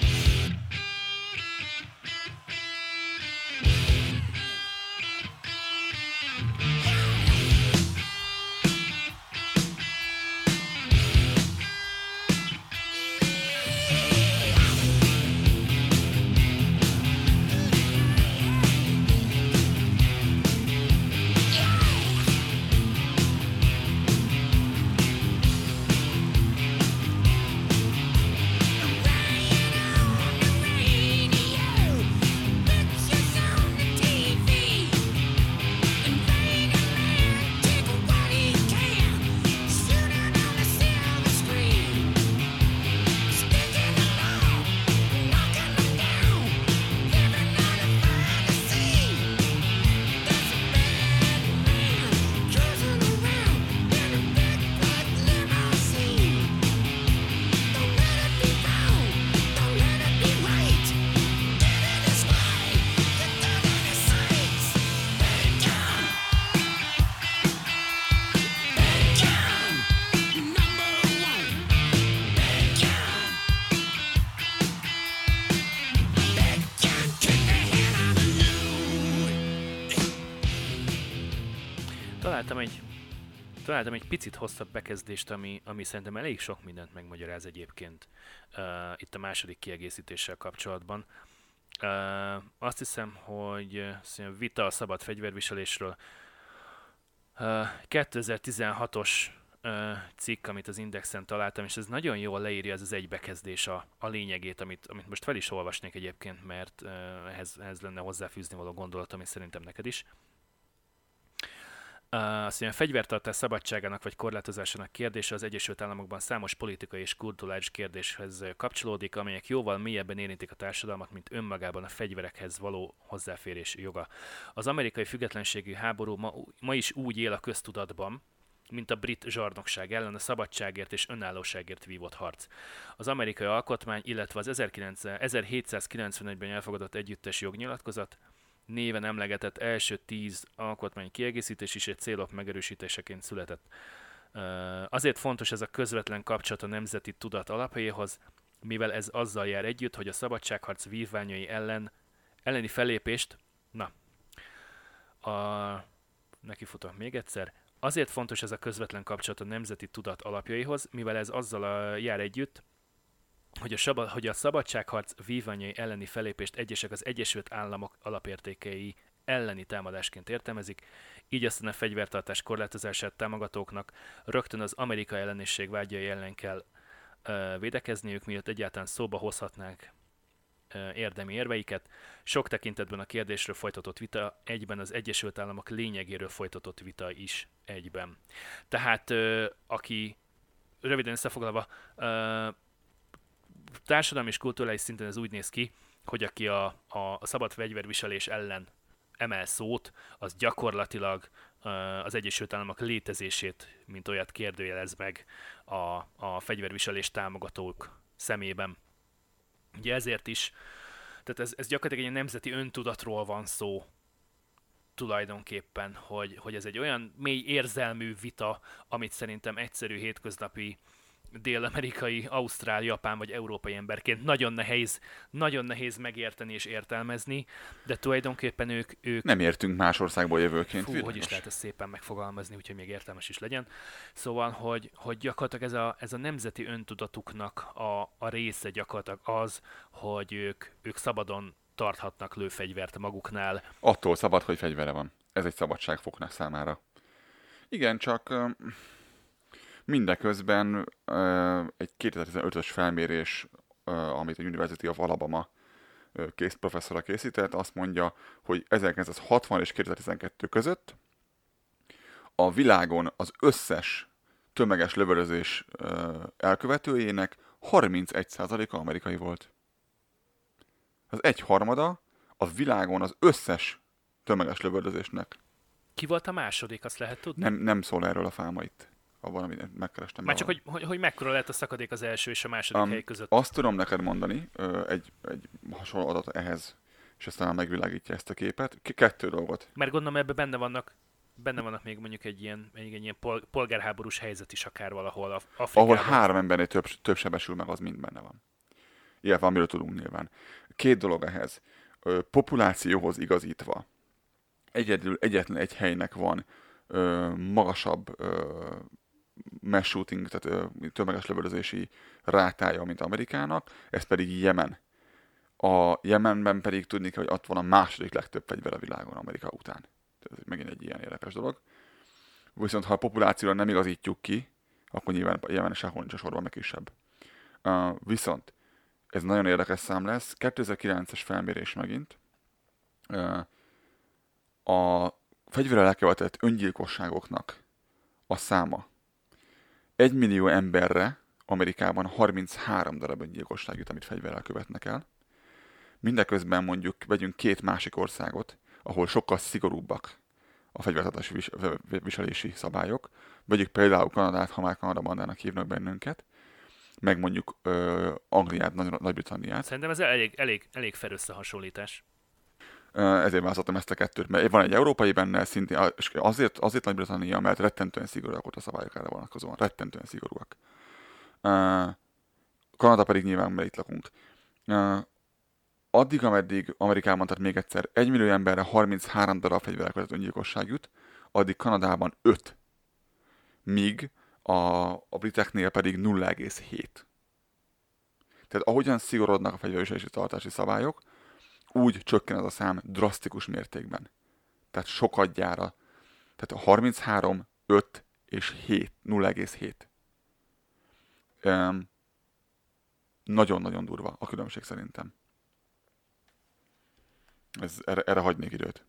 Találtam egy picit hosszabb bekezdést, ami szerintem elég sok mindent megmagyaráz egyébként itt a második kiegészítéssel kapcsolatban. Azt hiszem, hogy vita a szabad fegyverviselésről. 2016-os cikk, amit az Indexen találtam, és ez nagyon jól leírja ez az egy bekezdés a lényegét, amit most fel is olvasnék egyébként, mert ehhez lenne hozzáfűzni való gondolat, ami szerintem neked is. Azt mondja, a fegyvertartás szabadságának vagy korlátozásának kérdése az Egyesült Államokban számos politikai és kulturális kérdéshez kapcsolódik, amelyek jóval mélyebben érintik a társadalmat, mint önmagában a fegyverekhez való hozzáférés joga. Az amerikai függetlenségű háború ma is úgy él a köztudatban, mint a brit zsarnokság ellen a szabadságért és önállóságért vívott harc. Az amerikai alkotmány, illetve az 1791-ben elfogadott együttes jognyilatkozat néven emlegetett első 10 alkotmány kiegészítés is egy célok megerősítéseként született. Azért fontos ez a közvetlen kapcsolat a nemzeti tudat alapjaihoz, mivel ez azzal jár együtt, hogy a szabadságharc vívványai elleni fellépést, nekifutok még egyszer, azért fontos ez a közvetlen kapcsolat a nemzeti tudat alapjaihoz, mivel ez azzal jár együtt, hogy a szabadságharc vívmányai elleni fellépést egyesek az Egyesült Államok alapértékei elleni támadásként értelmezik, így aztán a fegyvertartás korlátozását támogatóknak rögtön az Amerika ellenesség vágyai ellen kell védekezniük, miatt egyáltalán szóba hozhatnák érdemi érveiket. Sok tekintetben a kérdésről folytatott vita egyben az Egyesült Államok lényegéről folytatott vita is egyben. Tehát aki röviden összefoglalva, társadalmi és kulturális szinten ez úgy néz ki, hogy aki a szabad fegyverviselés ellen emel szót, az gyakorlatilag az Egyesült Államok létezését, mint olyat kérdőjelez meg a fegyverviselés támogatók szemében. Ugye ezért is, tehát ez gyakorlatilag egy nemzeti öntudatról van szó tulajdonképpen, hogy ez egy olyan mély érzelmű vita, amit szerintem egyszerű hétköznapi dél-amerikai, ausztrál, japán vagy európai emberként nagyon nehéz megérteni és értelmezni, de tulajdonképpen ők Nem értünk más országból jövőként. hogy is lehet ezt szépen megfogalmazni, úgyhogy még értelmes is legyen. Szóval, hogy gyakorlatilag ez a nemzeti öntudatuknak a része gyakorlatilag az, hogy ők szabadon tarthatnak lőfegyvert maguknál. Attól szabad, hogy fegyvere van. Ez egy szabadságfoknak számára. Igen, csak mindeközben egy 2015-ös felmérés, amit a University of Alabama professzora készített, azt mondja, hogy 1960 és 2012 között a világon az összes tömeges lövöldözés elkövetőjének 31%-a amerikai volt. Az 1/3 a világon az összes tömeges lövöldözésnek. Ki volt a második, azt lehet tudni? Nem szól erről a fáma itt. Abban, amit megkerestem. Már csak, hogy mekkora lett a szakadék az első és a második hely között. Azt tudom neked mondani, egy hasonló adat ehhez, és aztán megvilágítja ezt a képet. 2 dolgot. Mert gondolom ebben benne vannak még mondjuk egy ilyen polgárháborús helyzet is akár valahol Afrikában. Ahol 3 embernél több sebesül meg, az mind benne van. Illetve amiről tudunk nyilván. 2 dolog ehhez. Populációhoz igazítva. Egyetlen egy helynek van magasabb mass shooting, tehát tömeges lövöldözési rátája, mint Amerikának, ez pedig Jemen. A Jemenben pedig tudni kell, hogy ott van a második legtöbb fegyver a világon Amerika után. Ez megint egy ilyen érdekes dolog. Viszont ha a populációra nem igazítjuk ki, akkor nyilván Jemen sehol nincs a sorban, meg kisebb. Viszont ez nagyon érdekes szám lesz. 2009-es felmérés megint. A fegyverrel elkövetett öngyilkosságoknak a száma 1 millió emberre Amerikában 33 darab öngyilkosság jut, amit fegyverrel követnek el. Mindeközben mondjuk vegyünk 2 másik országot, ahol sokkal szigorúbbak a fegyvertartási viselési szabályok. Vegyük például Kanadát, ha már Kanada bandának hívnak bennünket, meg mondjuk Angliát, Nagy-Britanniát. Szerintem ez elég fair összehasonlítás. Ezért választottam ezt a 2-t, mert van egy európai benne, szintén, és azért Nagy-Britannia, mert rettentően szigorúak ott a szabályok erre vonatkozóan. Rettentően szigorúak. Kanada pedig nyilván, mert itt lakunk. Addig, ameddig Amerikában, tehát még egyszer, 1 millió emberre 33 darab fegyverrel követett öngyilkosság jut, addig Kanadában 5. Míg a briteknél pedig 0,7. Tehát ahogyan szigorodnak a fegyverviselési tartási szabályok, úgy csökken ez a szám drasztikus mértékben. Tehát sokadjára. Tehát a 33, 5 és 7, 0,7. Nagyon-nagyon durva a különbség szerintem. Erre hagynék időt.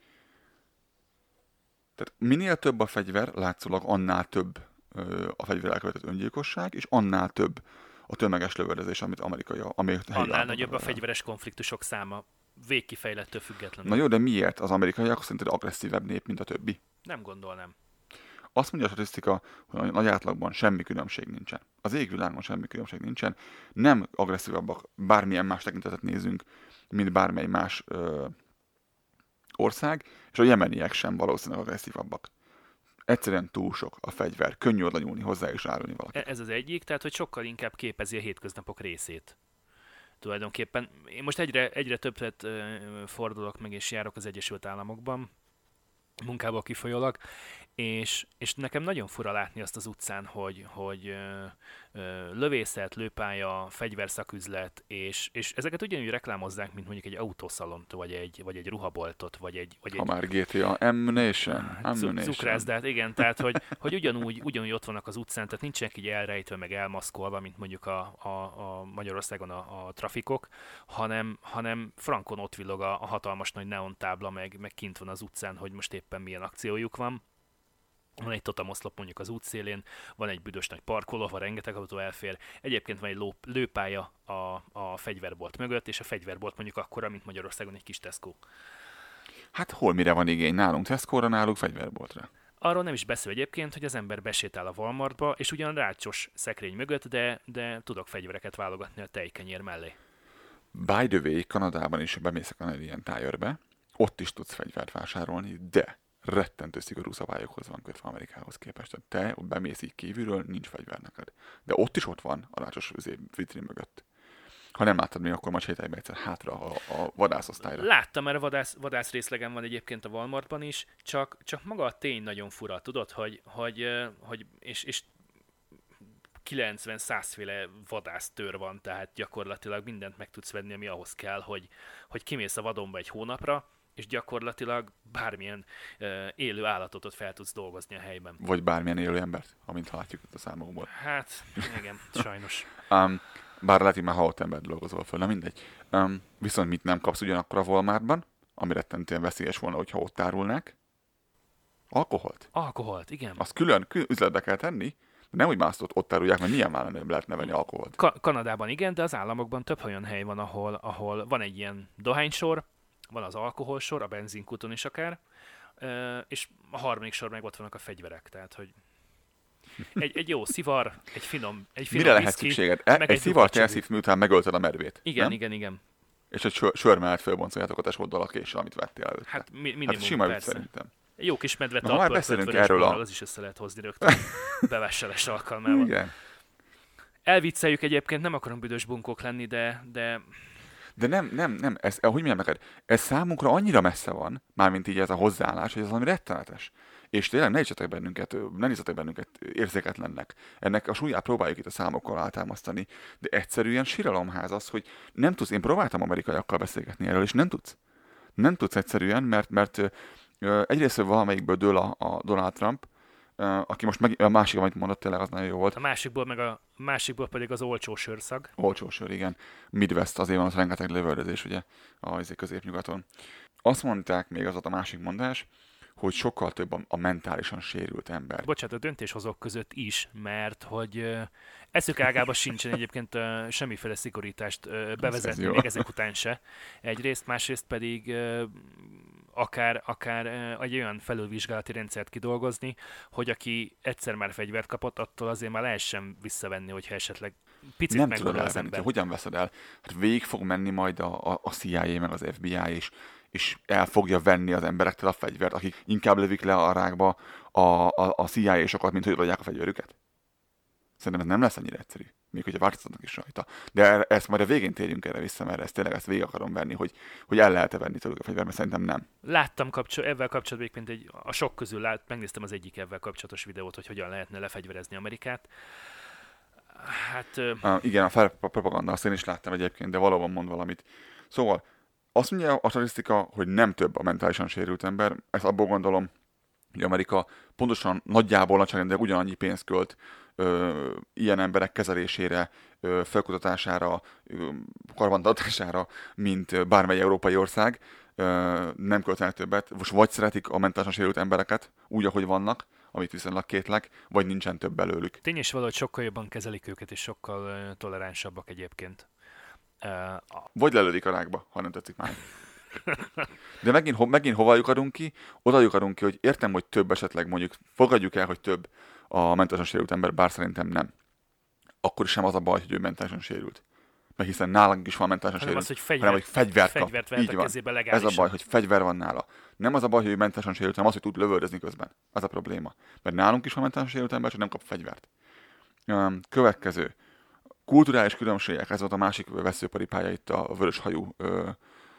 Tehát minél több a fegyver, látszólag annál több a fegyver elkövetett öngyilkosság, és annál több a tömeges lövöldözés, amit annál nagyobb a fegyveres konfliktusok száma, végkifejlettől függetlenül. Na jó, de miért? Az amerikaiak szerinted agresszívebb nép, mint a többi? Nem gondolnám. Azt mondja a statisztika, hogy nagy átlagban semmi különbség nincsen. Az égvilágon semmi különbség nincsen. Nem agresszívabbak, bármilyen más tekintetet nézünk, mint bármely más ország, és a jemeniek sem valószínűleg agresszívabbak. Egyszerűen túl sok a fegyver, könnyű oda nyúlni hozzá és árulni valakit. Ez az egyik, tehát hogy sokkal inkább képezi a hétköznapok részét. Tulajdonképpen én most egyre többet fordulok meg és járok az Egyesült Államokban, munkából kifolyólag, és nekem nagyon fura látni azt az utcán, hogy lövészet, lőpálya, fegyverszaküzlet, és ezeket ugyanúgy reklámozzák, mint mondjuk egy autószalont, vagy egy ruhaboltot, vagy egy Ha már GTA, Ammunition. Cukrászdát, igen, tehát hogy ugyanúgy ott vannak az utcán, tehát nincsenek így elrejtve, meg elmaszkolva, mint mondjuk a Magyarországon a trafikok, hanem frankon ott villog a hatalmas nagy neon tábla, meg kint van az utcán, hogy most éppen milyen akciójuk van. Van egy totamoszlop mondjuk az útszélén, van egy büdös nagy parkoló, ahol rengeteg autó elfér. Egyébként van egy lőpálya a fegyverbolt mögött, és a fegyverbolt mondjuk akkora, mint Magyarországon egy kis Tesco. Hát hol mire van igény? Nálunk Tesco-ra, náluk fegyverboltra. Arról nem is beszél egyébként, hogy az ember besétál a Walmartba, és ugyan rácsos szekrény mögött, de tudok fegyvereket válogatni a tejkenyér mellé. By the way, Kanadában is bemész a Canadian Tire-be, ott is tudsz fegyvert vásárolni, de rettentő szigorú szabályokhoz van kötve Amerikához képest. Te bemész így kívülről, nincs fegyver neked. De ott van a rácsos vitrin mögött. Ha nem láttad még, akkor majd sétálj be egyszer hátra a vadászosztályra. Láttam, mert a vadász részlegen van egyébként a Walmartban is, csak maga a tény nagyon fura, tudod, hogy 90-100 féle vadásztőr van, tehát gyakorlatilag mindent meg tudsz venni, ami ahhoz kell, hogy kimész a vadonba egy hónapra, és gyakorlatilag bármilyen élő állatot ott fel tudsz dolgozni a helyben. Vagy bármilyen élő embert, amint látjuk ott a számokból. Hát, igen, sajnos. Bár lehet, hogy már halott ember dolgozol föl, na mindegy. Viszont mit nem kapsz ugyanakkor a Walmartban, ami rettentően veszélyes volna, hogyha ott árulnák? Alkoholt. Alkoholt, igen. Azt külön üzletbe kell tenni, de nem úgy már azt ott árulják, mert milyen már nem lehet venni alkoholt. Kanadában igen, de az államokban több olyan hely van, ahol van egy ilyen dohánysor, van az alkoholsor, a benzinkúton is akár, és a harmadik sor meg ott vannak a fegyverek, tehát hogy egy jó szivar, egy finom mire lehet viszki, szükséged? Egy szivart elszívsz, miután megölted a medvét. Igen. És egy sör mellett fölboncoljátok a tesóddal a késsel, amit vettél előtte. Hát minimum, sima persze. Szerintem. Jó kis medvet ha már beszélünk erről az is össze lehet hozni rögtön bevesseles alkalmával. Igen. Elvicceljük egyébként, nem akarom büdös bunkók lenni, de nem, ez, hogy mondjam neked, ez számunkra annyira messze van, mármint így ez a hozzáállás, hogy ez valami rettenetes. És tényleg ne nézzetek bennünket érzéketlennek. Ennek a súlyát próbáljuk itt a számokkal átámasztani, de egyszerűen síralomház az, hogy nem tudsz, én próbáltam amerikaiakkal beszélgetni erről, és nem tudsz. Nem tudsz egyszerűen, mert egyrészt valamelyikből dől a Donald Trump, aki most a másik, amit mondott, tényleg az nagyon jó volt. A másikból pedig az olcsó sörszag. Olcsó sör, igen. Midwest, azért van ott rengeteg lövöldözés, ugye, a középnyugaton. Azt mondták még az a másik mondás, hogy sokkal több a mentálisan sérült ember. Bocsánat, a döntéshozók között is, mert hogy eszük ágában sincsen egyébként semmiféle szigorítást bevezetni, még ezek után se. Egyrészt, másrészt pedig akár egy olyan felülvizsgálati rendszert kidolgozni, hogy aki egyszer már fegyvert kapott, attól azért már lehessen visszavenni, hogyha esetleg picit nem megölöl az ember. Hogyan veszed el? Hát végig fog menni majd a CIA meg az FBI is, és el fogja venni az emberektől a fegyvert, akik inkább lövik le a rákba a CIA-sokat, mint hogy adják a fegyverüket. Szerintem ez nem lesz annyira egyszerű, még hogyha változtatnak is rajta. De ezt majd a végén térjünk erre vissza, mert ezt végig akarom venni, hogy el lehet-e venni tőlük a fegyvert, mert szerintem nem. Láttam ezzel kapcsolatban, a sok közül megnéztem az egyik ezzel kapcsolatos videót, hogy hogyan lehetne lefegyverezni Amerikát. Hát... Igen, a propaganda, azt én is láttam egyébként, de valóban mond valamit. Szóval, azt mondja a statisztika, hogy nem több a mentálisan sérült ember. Ezt abból gondolom, hogy Amerika pontosan nagyjából nagyságrendileg ugyanannyi pénzt költ ilyen emberek kezelésére, felkutatására, karbantartására, mint bármely európai ország. Nem költenek többet. Most vagy szeretik a mentálisan sérült embereket, úgy, ahogy vannak, amit viszonylag kétlek, vagy nincsen több belőlük. Tény is valahogy sokkal jobban kezelik őket, és sokkal toleránsabbak egyébként. Vagy lelődik a rákba, ha nem tetszik már. De megint hova lyukadunk ki? Oda lyukadunk ki, hogy értem, hogy több esetleg mondjuk, fogadjuk el, hogy több a mentálisan sérült ember, bár szerintem nem. Akkor sem az a baj, hogy ő mentálisan sérült. Mert hiszen nálunk is van mentálisan sérült, hanem hogy fegyvert kap. Így van. Ez a baj, hogy fegyver van nála. Nem az a baj, hogy ő mentálisan sérült, hanem az, hogy tud lövöldözni közben. Az a probléma. Mert nálunk is van mentálisan sérült ember, csak nem kap fegyvert. Következő. Kulturális különbségek, ez volt a másik veszőparipája itt a vöröshajú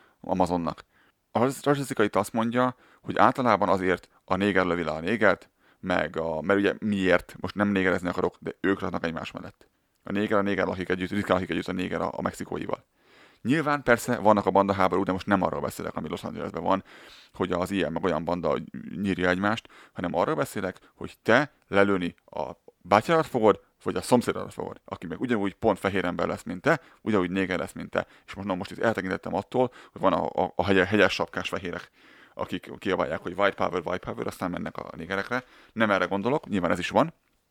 Amazonnak. A statisztika itt azt mondja, hogy általában azért a néger lövi le a négert, mert ugye miért, most nem négerezni akarok, de ők laknak egymás mellett. A néger lakik együtt, ritkán lakik együtt a néger a mexikóival. Nyilván persze vannak a bandaháború, de most nem arról beszélek, ami Los Angelesben van, hogy az ilyen meg olyan banda nyírja egymást, hanem arról beszélek, hogy te lelőni a bátyárat fogod, vagy a szomszédodat fogod, aki meg ugyanúgy pont fehér ember lesz, mint te, ugyanúgy néger lesz, mint te. És most itt eltekintettem attól, hogy van a hegyes sapkás fehérek, akik kiabálják, hogy white power, aztán mennek a négerekre. Nem erre gondolok, nyilván ez is van,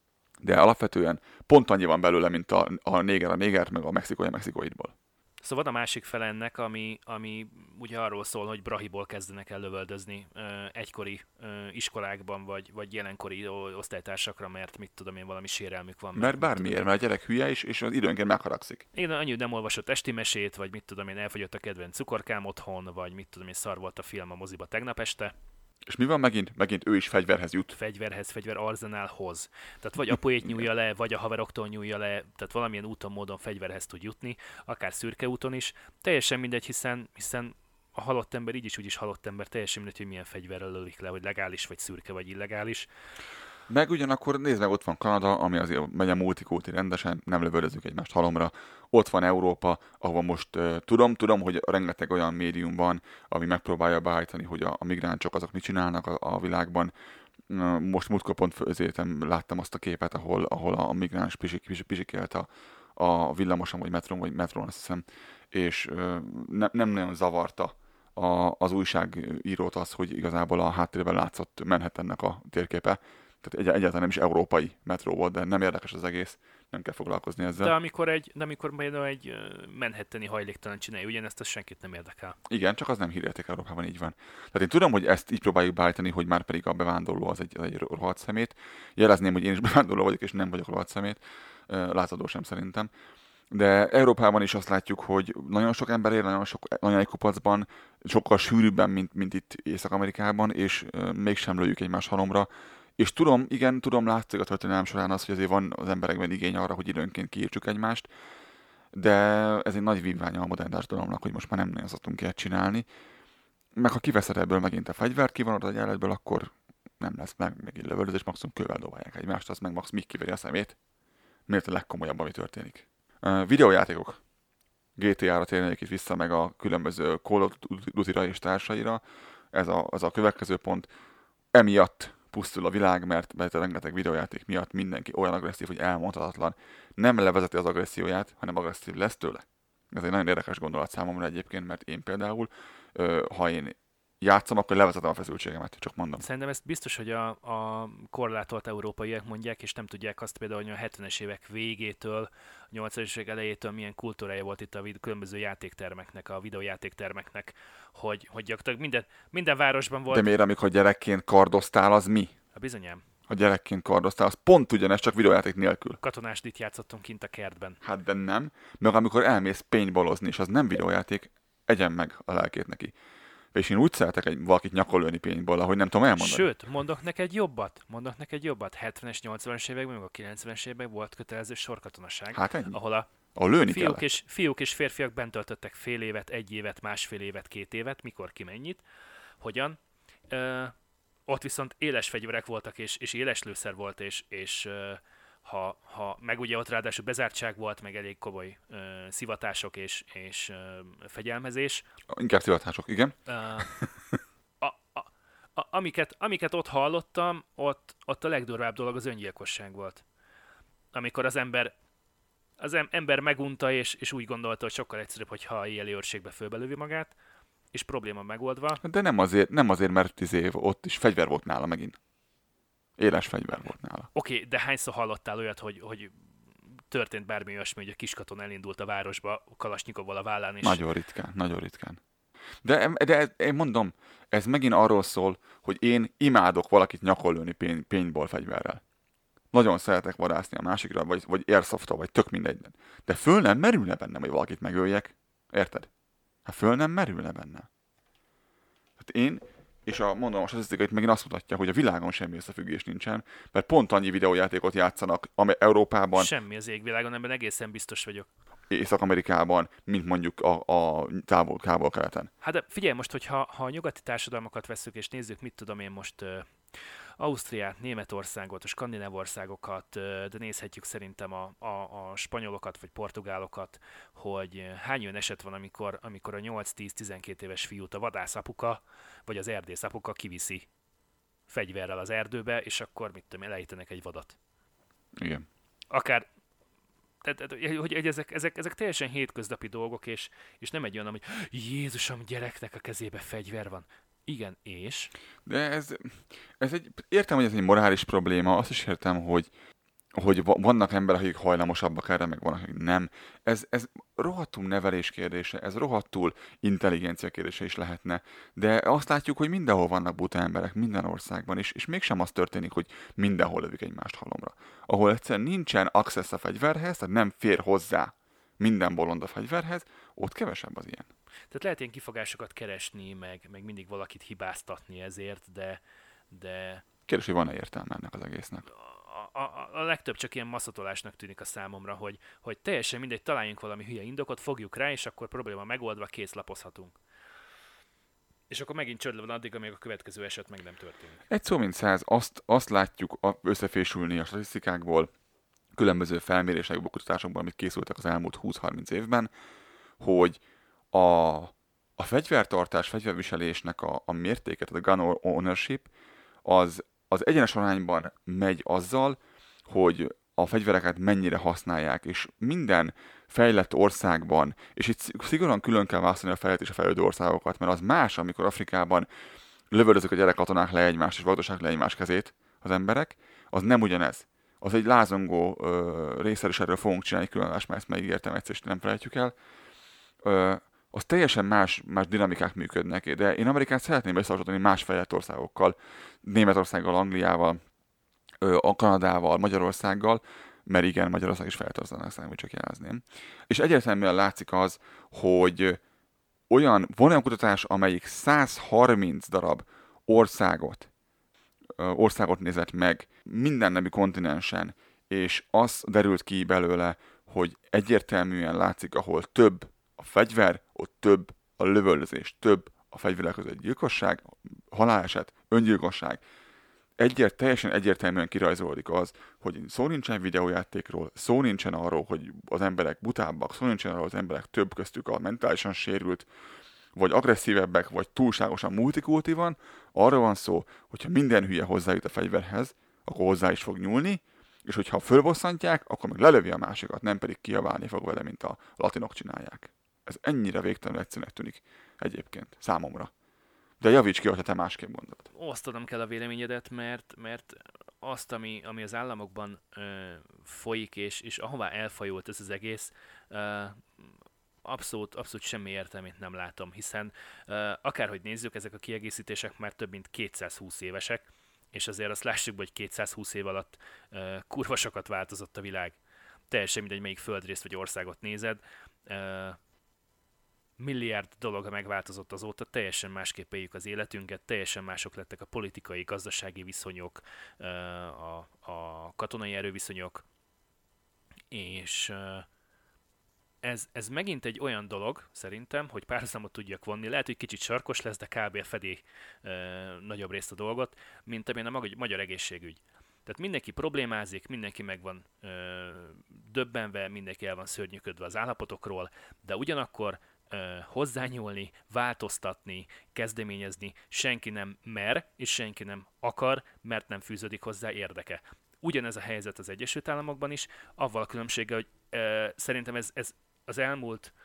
de alapvetően pont annyi van belőle, mint a néger, meg a mexikóidból. Szóval van a másik fele ennek, ami ugye arról szól, hogy brahiból kezdenek el lövöldözni egykori iskolákban, vagy jelenkori osztálytársakra, mert mit tudom én, valami sérelmük van. Mert bármiért, mert a gyerek hülye is, és az időnként megharagszik. Igen, annyi nem olvasott esti mesét, vagy mit tudom én, elfogyott a kedvenc cukorkám otthon, vagy mit tudom én, szar volt a film a moziba tegnap este. És mi van megint? Megint ő is fegyverhez jut. Fegyver arzenálhoz. Tehát vagy apuét nyúlja le, vagy a haveroktól nyúlja le, tehát valamilyen úton, módon fegyverhez tud jutni, akár szürke úton is. Teljesen mindegy, hiszen a halott ember így is úgy is halott ember, teljesen mindegy, hogy milyen fegyverrel lölik le, hogy legális, vagy szürke, vagy illegális. Meg ugyanakkor nézd meg, ott van Kanada, ami azért megy a multikulti rendesen, nem lövöldözünk egymást halomra. Ott van Európa, ahol most tudom, hogy rengeteg olyan médium van, ami megpróbálja beállítani, hogy a migránsok azok mit csinálnak a világban. Most múltkor pont láttam azt a képet, ahol a migráns pisikelt a villamoson, vagy metrón, azt hiszem, és nem nagyon zavarta az újságírót az, hogy igazából a háttérben látszott Manhattannek a térképe. Tehát egyáltalán nem is európai metró volt, de nem érdekes az egész, nem kell foglalkozni ezzel. De amikor például egy Manhattani hajléktalan csinálja ugyanezt, az senkit nem érdekel. Igen, csak az nem hírérték Európában, így van. Tehát én tudom, hogy ezt így próbáljuk beállítani, hogy már pedig a bevándorló az egy rohadt szemét. Jelezném, hogy én is bevándorló vagyok, és nem vagyok rohadt szemét. Látszódó sem szerintem. De Európában is azt látjuk, hogy nagyon sok ember él, nagyon egy kupacban, sokkal sűrűbben, mint itt Észak-Amerikában, és mégsem lőjük egymás halomra. És tudom, látszik a történelem során az, hogy azért van az emberekben igény arra, hogy időnként kiírtsuk egymást, de ez egy nagy vívványa a modern társadalomnak, hogy most már nem nagyon szoktunk ilyet csinálni. Meg ha kiveszed ebből megint a fegyvert, kivonod az egyenletből, akkor nem lesz megint lövöldözés, maximum kővel dobálják egymást, az meg maximum kiveri a szemét. Miért a legkomolyabb, ami történik? Videójátékok. GTA-ra térnék itt vissza, meg a különböző Call of Duty-ra és társaira. Ez a következő pont. Emiatt pusztul a világ, mert a rengeteg videójáték miatt mindenki olyan agresszív, hogy elmondhatatlan. Nem levezeti az agresszióját, hanem agresszív lesz tőle. Ez egy nagyon érdekes gondolat számomra egyébként, mert én például, ha én játszom, akkor levezetem a feszültségemet, csak mondom. Szerintem ezt biztos, hogy a korlátolt európaiak mondják, és nem tudják azt például, hogy a 70-es évek végétől, a 80-es évek elejétől milyen kultúrája volt itt a különböző játéktermeknek, a videójátéktermeknek, hogy gyakorlatilag minden városban volt. De miért, amikor gyerekként kardoztál, az mi? A bizonyám. Ha gyerekként kardoztál, az pont ugyanez, csak videójáték nélkül. Katonásdit játszottunk kint a kertben. Hát de nem. Meg amikor elmész paintballozni, és az nem videójáték, egyen meg a lelkét neki. És én úgy szeretek valakit nyakon lőni paintball, ahogy nem tudom elmondani. Sőt, mondok neked jobbat. 70-es, 80-as években, meg a 90-es években volt kötelező sorkatonaság. Hát ennyi. Ahol lőni fiúk és férfiak bent töltöttek fél évet, 1 évet, másfél évet, 2 évet, mikor ki mennyit, hogyan. Ott viszont éles fegyverek voltak, és éles lőszer volt, és ha meg ugye ott ráadásul bezártság volt, meg elég komoly szivatások és fegyelmezés. Inkább szivatások, igen. Amiket ott hallottam, ott a legdurvább dolog az öngyilkosság volt. Amikor az ember megunta, és úgy gondolta, hogy sokkal egyszerűbb, hogyha éjjeli őrségbe fölbelövi magát, és probléma megoldva. De nem azért, mert 10 év ott is fegyver volt nála megint. Éles fegyver volt nála. Oké, de hányszor hallottál olyat, hogy történt bármi olyasmi, hogy a kiskaton elindult a városba Kalasnyikovval a vállán is? Nagyon ritkán. De én mondom, ez megint arról szól, hogy én imádok valakit nyakon lőni paintball fegyverrel. Nagyon szeretek vadászni a másikra, vagy airsoft-tal, vagy tök mindegy. De föl nem merülne bennem, hogy valakit megöljek. Érted? Hát föl nem merülne bennem. Hát én, és a statisztika itt megint azt mutatja, hogy a világon semmi összefüggés nincsen, mert pont annyi videójátékot játszanak Európában. Semmi az égvilágon, ebben egészen biztos vagyok. Észak-Amerikában, mint mondjuk a távol-keleten. Hát de figyelj most, hogy ha a nyugati társadalmakat vesszük, és nézzük, mit tudom én most Ausztriát, Németországot, a skandináv országokat, de nézhetjük szerintem a spanyolokat vagy portugálokat, hogy hány olyan eset van, amikor a 8-10-12 éves fiút a vadászapuka vagy az erdészapuka kiviszi fegyverrel az erdőbe, és akkor mit tudom, elejtenek egy vadat. Igen. Akár, tehát, hogy ezek teljesen hétköznapi dolgok, és nem egy olyan, hogy Jézusom, gyereknek a kezébe fegyver van. Igen, és? De értem, hogy ez egy morális probléma, azt is értem, hogy vannak emberek, akik hajlamosabbak erre, meg vannak, akik nem. Ez rohadtul nevelés kérdése, ez rohadtul intelligencia kérdése is lehetne, de azt látjuk, hogy mindenhol vannak buta emberek, minden országban is, és mégsem az történik, hogy mindenhol lövik egymást halomra. Ahol egyszerűen nincsen access a fegyverhez, tehát nem fér hozzá minden bolond a fegyverhez, ott kevesebb az ilyen. Tehát lehet ilyen kifogásokat keresni, meg mindig valakit hibáztatni ezért, de Kérdés, hogy van-e értelme ennek az egésznek? a legtöbb csak ilyen maszatolásnak tűnik a számomra, hogy teljesen mindegy, találjunk valami hülye indokot, fogjuk rá, és akkor probléma megoldva készlapozhatunk. És akkor megint csődle van addig, amíg a következő eset meg nem történik. Egy szó mint száz, azt látjuk összefésülni a statisztikákból, különböző felmérésekből, kutatásokból, amit készültek az elmúlt 20-30 évben, hogy a fegyvertartás, fegyverviselésnek a mértéke, tehát a gun ownership, az egyenes arányban megy azzal, hogy a fegyvereket mennyire használják, és minden fejlett országban, és itt szigorúan külön kell választani a fejlett és a fejlődő országokat, mert az más, amikor Afrikában lövöldözik a gyerekkatonák le egymást, és vagdossák le egymás kezét az emberek, az nem ugyanez. Az egy lázongó részsel, és erről fogunk csinálni különvást, mert ezt megígértem egyszer, és nem felejtjük el. Az teljesen más dinamikák működnek, de én Amerikát szeretném összehasonlítani más fejlett országokkal, Németországgal, Angliával, a Kanadával, Magyarországgal, mert igen, Magyarország is fejlett országnak, hogy csak jelezném. És egyértelműen látszik az, hogy van olyan kutatás, amelyik 130 darab országot nézett meg minden nemű kontinensen, és az derült ki belőle, hogy egyértelműen látszik, ahol több a fegyver, ott több a lövöldözés, több a fegyverek között gyilkosság, haláleset, öngyilkosság. Teljesen egyértelműen kirajzolódik az, hogy szó nincsen videójátékról, szó nincsen arról, hogy az emberek butábbak, szó nincsen arról, hogy az emberek több köztük a mentálisan sérült, vagy agresszívebbek, vagy túlságosan multikultívan. Arról van szó, hogyha minden hülye hozzájut a fegyverhez, akkor hozzá is fog nyúlni, és hogyha fölbosszantják, akkor meg lelövi a másikat, nem pedig kiabálni fog vele, mint a latinok csinálják. Ez ennyire végtelenül egyszerűnek tűnik egyébként számomra. De javíts ki, hogyha te másképp gondolod. Osztanom kell a véleményedet, mert azt, ami az államokban folyik, és ahová elfajult ez az egész, abszolút semmi értelmét nem látom, hiszen akárhogy nézzük, ezek a kiegészítések már több mint 220 évesek, és azért azt lássuk, hogy 220 év alatt kurva sokat változott a világ. Teljesen mindegy, melyik földrészt vagy országot nézed. Milliárd dolog megváltozott azóta, teljesen másképp éljük az életünket, teljesen mások lettek a politikai, gazdasági viszonyok, a katonai erőviszonyok, és ez megint egy olyan dolog, szerintem, hogy párhuzamot tudjak vonni, lehet, hogy kicsit sarkos lesz, de kb. Fedi nagyobb részt a dolgot, mint amilyen a magyar egészségügy. Tehát mindenki problémázik, mindenki meg van döbbenve, mindenki el van szörnyűködve az állapotokról, de ugyanakkor hozzányúlni, változtatni, kezdeményezni senki nem mer, és senki nem akar, mert nem fűződik hozzá érdeke. Ugyanez a helyzet az Egyesült Államokban is, avval a különbséggel, hogy szerintem ez az elmúlt,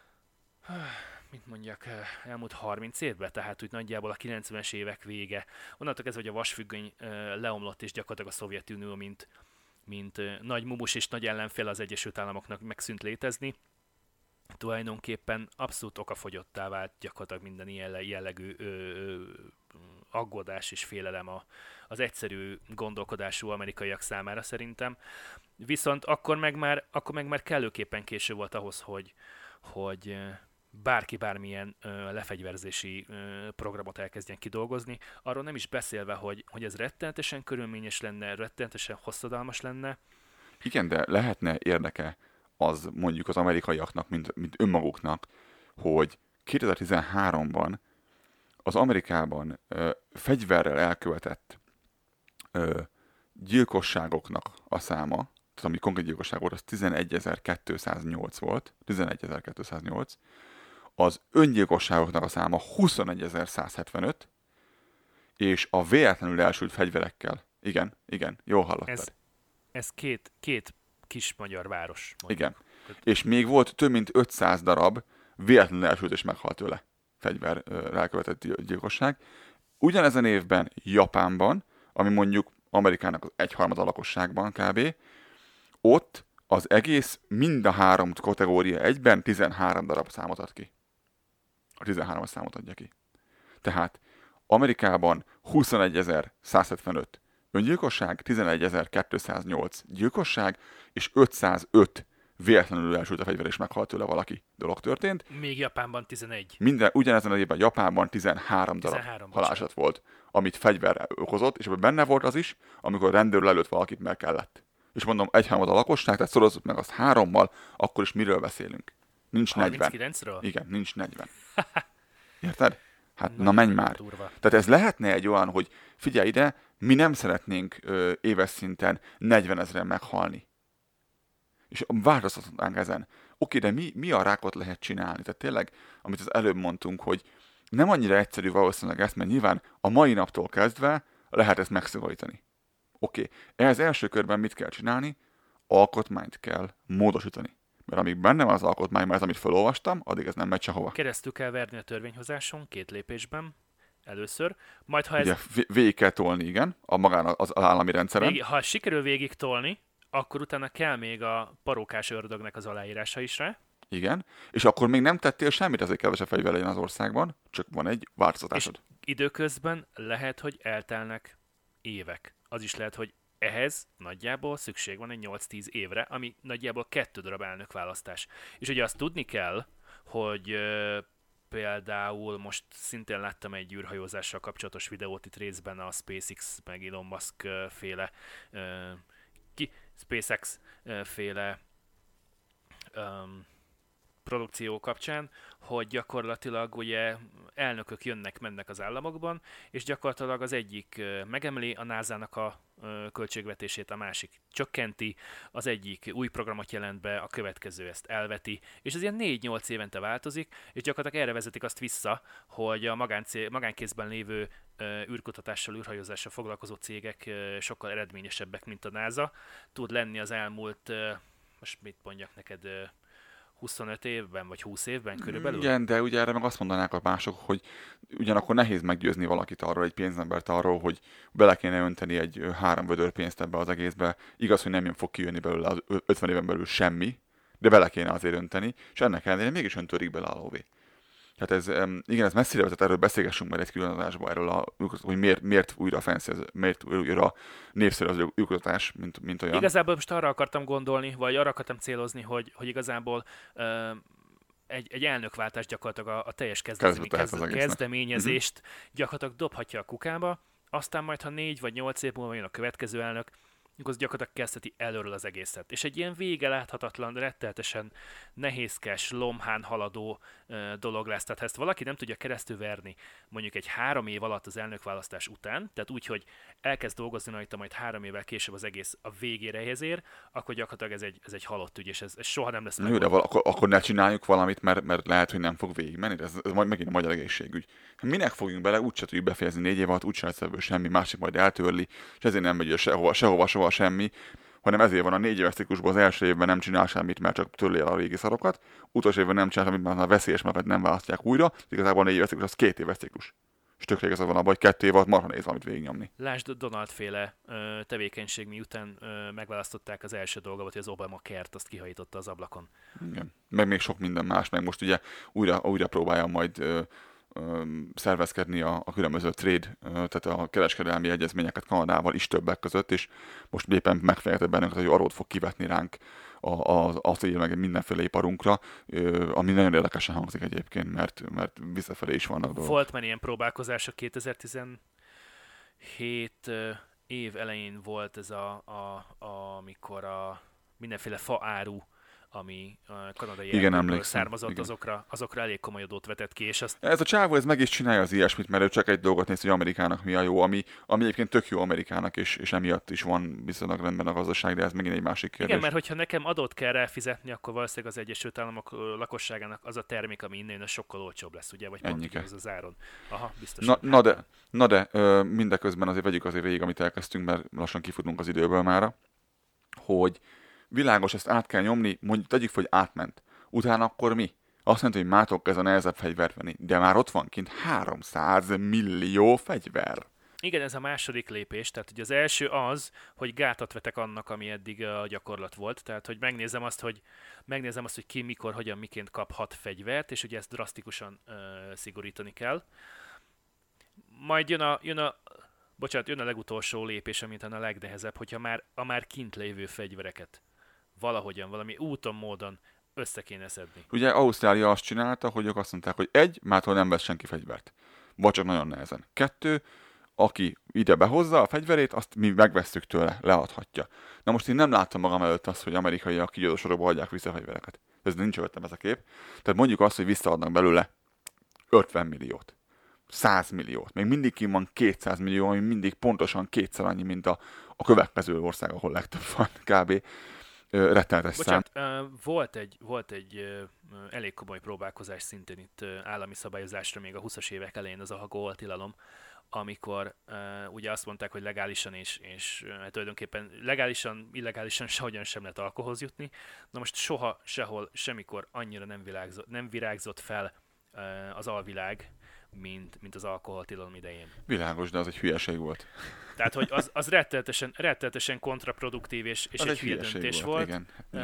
elmúlt 30 évben, tehát úgy nagyjából a 90-es évek vége. Onnantól kezdve, hogy a vasfüggöny leomlott, és gyakorlatilag a Szovjetunió, mint nagy mumus és nagy ellenfél az Egyesült Államoknak megszűnt létezni, tulajdonképpen abszolút okafogyottá vált gyakorlatilag minden ilyen jellegű aggódás és félelem az egyszerű gondolkodású amerikaiak számára szerintem. Viszont akkor meg már kellőképpen késő volt ahhoz, hogy bárki bármilyen lefegyverzési programot elkezdjen kidolgozni. Arról nem is beszélve, hogy ez rettenetesen körülményes lenne, rettenetesen hosszadalmas lenne. Igen, de lehetne érdeke az mondjuk az amerikaiaknak, mint önmaguknak, hogy 2013-ban az Amerikában fegyverrel elkövetett gyilkosságoknak a száma, tehát ami konkrét gyilkosság volt, az 11.208 volt, 11.208, az öngyilkosságoknak a száma 21.175, és a véletlenül elsült fegyverekkel. Igen, jól hallottad. Ez két kis magyar város. Mondjuk. Igen. És még volt több mint 500 darab véletlenül elsült és meghalt tőle fegyver rákövetett gyilkosság. Ugyanezen évben Japánban, ami mondjuk Amerikának az 1/3 a lakosságban kb., ott az egész mind a 3 kategória egyben 13 darab számot ad ki. A 13-as számot adja ki. Tehát Amerikában 21.175 öngyilkosság, 11.208 gyilkosság, és 505 véletlenül elsült a fegyver és meghalt tőle valaki dolog történt. Még Japánban 11. Ugyanezen az évben Japánban 13 darab haláleset volt, amit fegyver okozott, és ebben benne volt az is, amikor rendőr lelőtt valakit, mert kellett. És mondom, 1/3 a lakosság, tehát szorozzuk meg azt 3-mal, akkor is miről beszélünk? Nincs 40. 39-ről? Igen, nincs 40. Érted? Hát na menj már. Durva. Tehát ez lehetne egy olyan, hogy figyelj ide, mi nem szeretnénk éves szinten 40 000 meghalni. És változtatnánk ezen. Oké, de mi a rákot lehet csinálni? Tehát tényleg, amit az előbb mondtunk, hogy nem annyira egyszerű valószínűleg ezt, mert nyilván a mai naptól kezdve lehet ezt megszigorítani. Oké, ehhez első körben mit kell csinálni? Alkotmányt kell módosítani. Mert amíg benne van az alkotmány, már ez, amit felolvastam, addig ez nem megy sehova. Keresztül kell verni a törvényhozáson 2 lépésben, először. Majd ha ez... Ugye végig kell tolni, igen, az állami rendszeren. Ha sikerül végig tolni, akkor utána kell még a parókás ördögnek az aláírása is rá. Igen, és akkor még nem tettél semmit, ezért kevesebb fegyver legyen az országban, csak van egy változtatásod. És időközben lehet, hogy eltelnek évek. Az is lehet, hogy ehhez nagyjából szükség van egy 8-10 évre, ami nagyjából 2 darab elnökválasztás. És ugye azt tudni kell, hogy például most szintén láttam egy űrhajózással kapcsolatos videót itt részben a SpaceX meg Elon Musk féle SpaceX féle produkció kapcsán, hogy gyakorlatilag ugye elnökök jönnek-mennek az államokban, és gyakorlatilag az egyik megemeli a NASA-nak a költségvetését, a másik csökkenti, az egyik új programot jelent be, a következő ezt elveti, és ez ilyen 4-8 évente változik, és gyakorlatilag erre vezetik azt vissza, hogy a magánkézben lévő űrkutatással, űrhajózással foglalkozó cégek sokkal eredményesebbek, mint a NASA. Tud lenni az elmúlt, most mit mondjak neked, 25 évben, vagy 20 évben körülbelül? Igen, de ugye erre meg azt mondanák a mások, hogy ugyanakkor nehéz meggyőzni valakit arról, egy pénzembert arról, hogy bele kéne önteni egy 3 vödör pénzt ebbe az egészbe. Igaz, hogy nem fog kijönni belőle az 50 éven belül semmi, de bele kéne azért önteni, és ennek ellenére mégis öntörik bele a lóvé. Hát ez, igen, ez messzire vezet, erről beszélgessünk majd egy külön adásban, erről, hogy miért újra miért újra népszerű az űrkutatás, mint olyan. Igazából most arra akartam gondolni, vagy arra akartam célozni, hogy igazából egy elnökváltás gyakorlatilag a teljes kezdeményezést gyakorlatilag dobhatja a kukába, aztán majd, ha 4 vagy 8 év múlva jön a következő elnök, akkor az gyakorlatilag kezdheti előről az egészet. És egy ilyen vége láthatatlan, retteltesen nehézkes, lomhán haladó dolog lesz. Tehát ha ezt valaki nem tudja keresztülverni mondjuk egy 3 év alatt az elnökválasztás után, tehát úgy, hogy elkezd dolgozni rajta, majd 3 évvel később az egész a végére ér, akkor gyakorlatilag ez egy halott ügy, és ez soha nem lesz meg. De akkor ne csináljuk valamit, mert lehet, hogy nem fog végigmenni, ez majd megint a magyar egészségügy. Minek fogjunk bele, úgyse tudjuk befejezni 4 év alatt, úgyse lesz ebből semmi, másik majd eltörli, és ezért nem megy sehova semmi, hanem ezért van a 4 éves ciklusban az első évben nem csinál semmit, mert csak törli el a régi szarokat, utolsó évben nem csinál semmit, mert a veszélyes, mert nem választják újra, igazából a 4 éves ciklus az 2 éves ciklus. És tökre igazad van abban, hogy 2 év alatt marha nehéz valamit végignyomni. Lásd Donald féle tevékenység, miután megválasztották az első dolgot, hogy az Obama Care-t azt kihajította az ablakon. Igen. Meg még sok minden más, meg most ugye újra próbálja majd szervezkedni a különböző trade, tehát a kereskedelmi egyezményeket Kanadával is többek között, és most éppen megfejelte bennünket, hogy adót fog kivetni ránk az acél, meg mindenféle iparunkra, ami nagyon érdekesen hangzik egyébként, mert visszafelé is vannak dolgok. Volt már ilyen próbálkozás, a 2017 év elején volt ez amikor a mindenféle faáru ami kanadai Igen, erdőből emlékszem. származott, Igen. azokra elég komoly adót vetett ki, és azt Ez a csávó ez meg is csinálja az ilyesmit, mert ő csak egy dolgot néz, hogy Amerikának mi a jó, ami egyébként tök jó Amerikának, és emiatt is van viszonylag rendben a gazdaság, de ez megint egy másik kérdés. igen, mert hogyha nekem adót kell ráfizetni, akkor valószínűleg az Egyesült Államok lakosságának az a termék, ami innen jön, az sokkal olcsóbb lesz, ugye? Vagy pont Ennyike. az az áron. Aha, biztos. Na de mindeközben azért vegyük azért végig, amit elkezdtünk, mert lassan kifutunk az időből mára, hogy világos, ezt át kell nyomni, mondjuk tegyük fel, hogy átment. Utána akkor mi? Azt mondja, hogy mától kezdve nehezebb fegyvert venni, de már ott van kint 300 millió fegyver. Igen, ez a második lépés, tehát ugye az első az, hogy gátat vetek annak, ami eddig a gyakorlat volt, tehát hogy megnézem azt, hogy ki, mikor, hogyan, miként kaphat fegyvert, és ugye ezt drasztikusan szigorítani kell. Majd jön a legutolsó lépés, amit a legnehezebb, hogyha a már kint lévő fegyvereket valahogyan, valami úton, módon össze kéne szedni. Ugye Ausztrália azt csinálta, hogy ők azt mondták, hogy egy, mától nem vesz senki fegyvert. Vagy csak nagyon nehezen. 2, aki ide behozza a fegyverét, azt mi megvesztük tőle, leadhatja. Na most én nem láttam magam előtt azt, hogy amerikaiak kigyódosorokba hagyják vissza a fegyvereket. Ez nincs előttem ez a kép. Tehát mondjuk azt, hogy visszaadnak belőle 50 milliót, 100 milliót. Még mindig ki van 200 millió, ami mindig pontosan kétszer annyi, mint a következő ország, ahol legtöbb van kb. Rettenetes szám. Volt egy elég komoly próbálkozás szintén itt állami szabályozásra még a 20-as évek elején, az alkoholtilalom, amikor ugye azt mondták, hogy legálisan és tulajdonképpen legálisan, illegálisan sehogyan sem lehet alkoholhoz jutni. Na most soha, sehol, semmikor annyira nem virágzott fel az alvilág, mint az alkoholtilalom idején. Világos, de az egy hülyeség volt. Tehát, hogy az rettenetesen kontraproduktív és egy hülye döntés volt. Igen.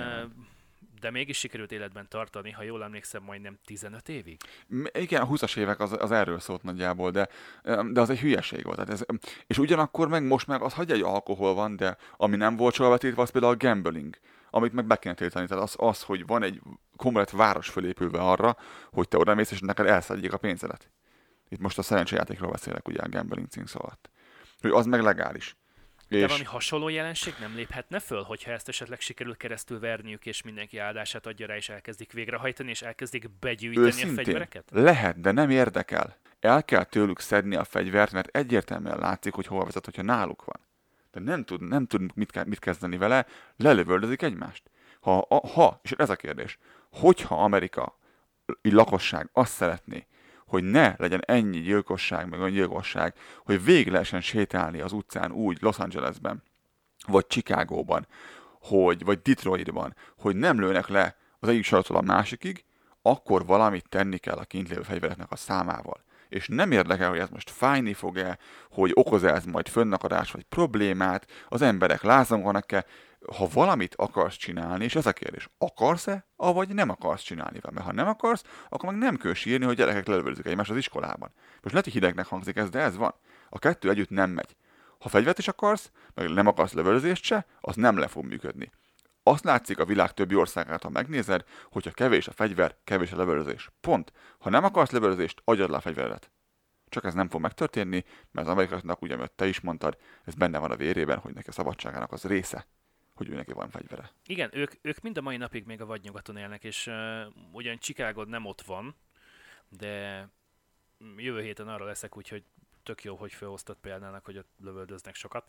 De mégis sikerült életben tartani, ha jól emlékszem, majdnem 15 évig. Igen, a 20-as évek az erről szólt nagyjából, de az egy hülyeség volt. Tehát és ugyanakkor most meg az, hogy egy alkohol van, de ami nem volt soha betiltva, az például a gambling, amit meg be kéne tiltani. Tehát az, hogy van egy komplet város fölépülve arra, hogy te oda mész, és neked elszedjék a pénzedet. Itt most a szerencsejátékról beszélek, ugye a gambling címszó alatt. Hogy az meg legális. De valami hasonló jelenség nem léphetne föl, hogyha ezt esetleg sikerül keresztül verniük, és mindenki áldását adja rá, és elkezdik végrehajtani, és elkezdik begyűjteni a fegyvereket? Lehet, de nem érdekel. El kell tőlük szedni a fegyvert, mert egyértelműen látszik, hogy hol vezet, hogyha náluk van. De nem tud mit kezdeni vele, lelövöldözik egymást. És ez a kérdés, hogyha Amerika lakosság azt szeretné, hogy ne legyen ennyi gyilkosság, meg olyan gyilkosság, hogy végig lehessen sétálni az utcán úgy Los Angelesben, vagy Chicagóban, vagy Detroitban, hogy nem lőnek le az egyik sarattól a másikig, akkor valamit tenni kell a kint lévő fegyvereknek a számával. És nem érdekel, hogy ez most fájni fog-e, hogy okoz-e ez majd fönnakadást vagy problémát, az emberek lázonganak-e. Ha valamit akarsz csinálni, és ez a kérdés, akarsz-e, avagy nem akarsz csinálni vele? Mert ha nem akarsz, akkor meg nem kell sírni, hogy gyerekek lelövöldözik egymást az iskolában. Most lehet, hogy hidegnek hangzik ez, de ez van. A kettő együtt nem megy. Ha fegyvert is akarsz, meg nem akarsz lövöldözést se, az nem le fog működni. Azt látszik a világ többi országát, ha megnézed, hogyha kevés a fegyver, kevés a lövöldözés. Pont. Ha nem akarsz lövöldözést, adjad le a fegyveredet. Csak ez nem fog megtörténni, mert az amerikaiaknak, ugye, amit te is mondtad, ez benne van a vérében, hogy neki a szabadságának az része, hogy ő neki van fegyvere. Igen, ők mind a mai napig még a vadnyugaton élnek, és ugyan Chicago nem ott van, de jövő héten arra leszek, úgyhogy tök jó, hogy felhoztad példának, hogy ott lövöldöznek sokat.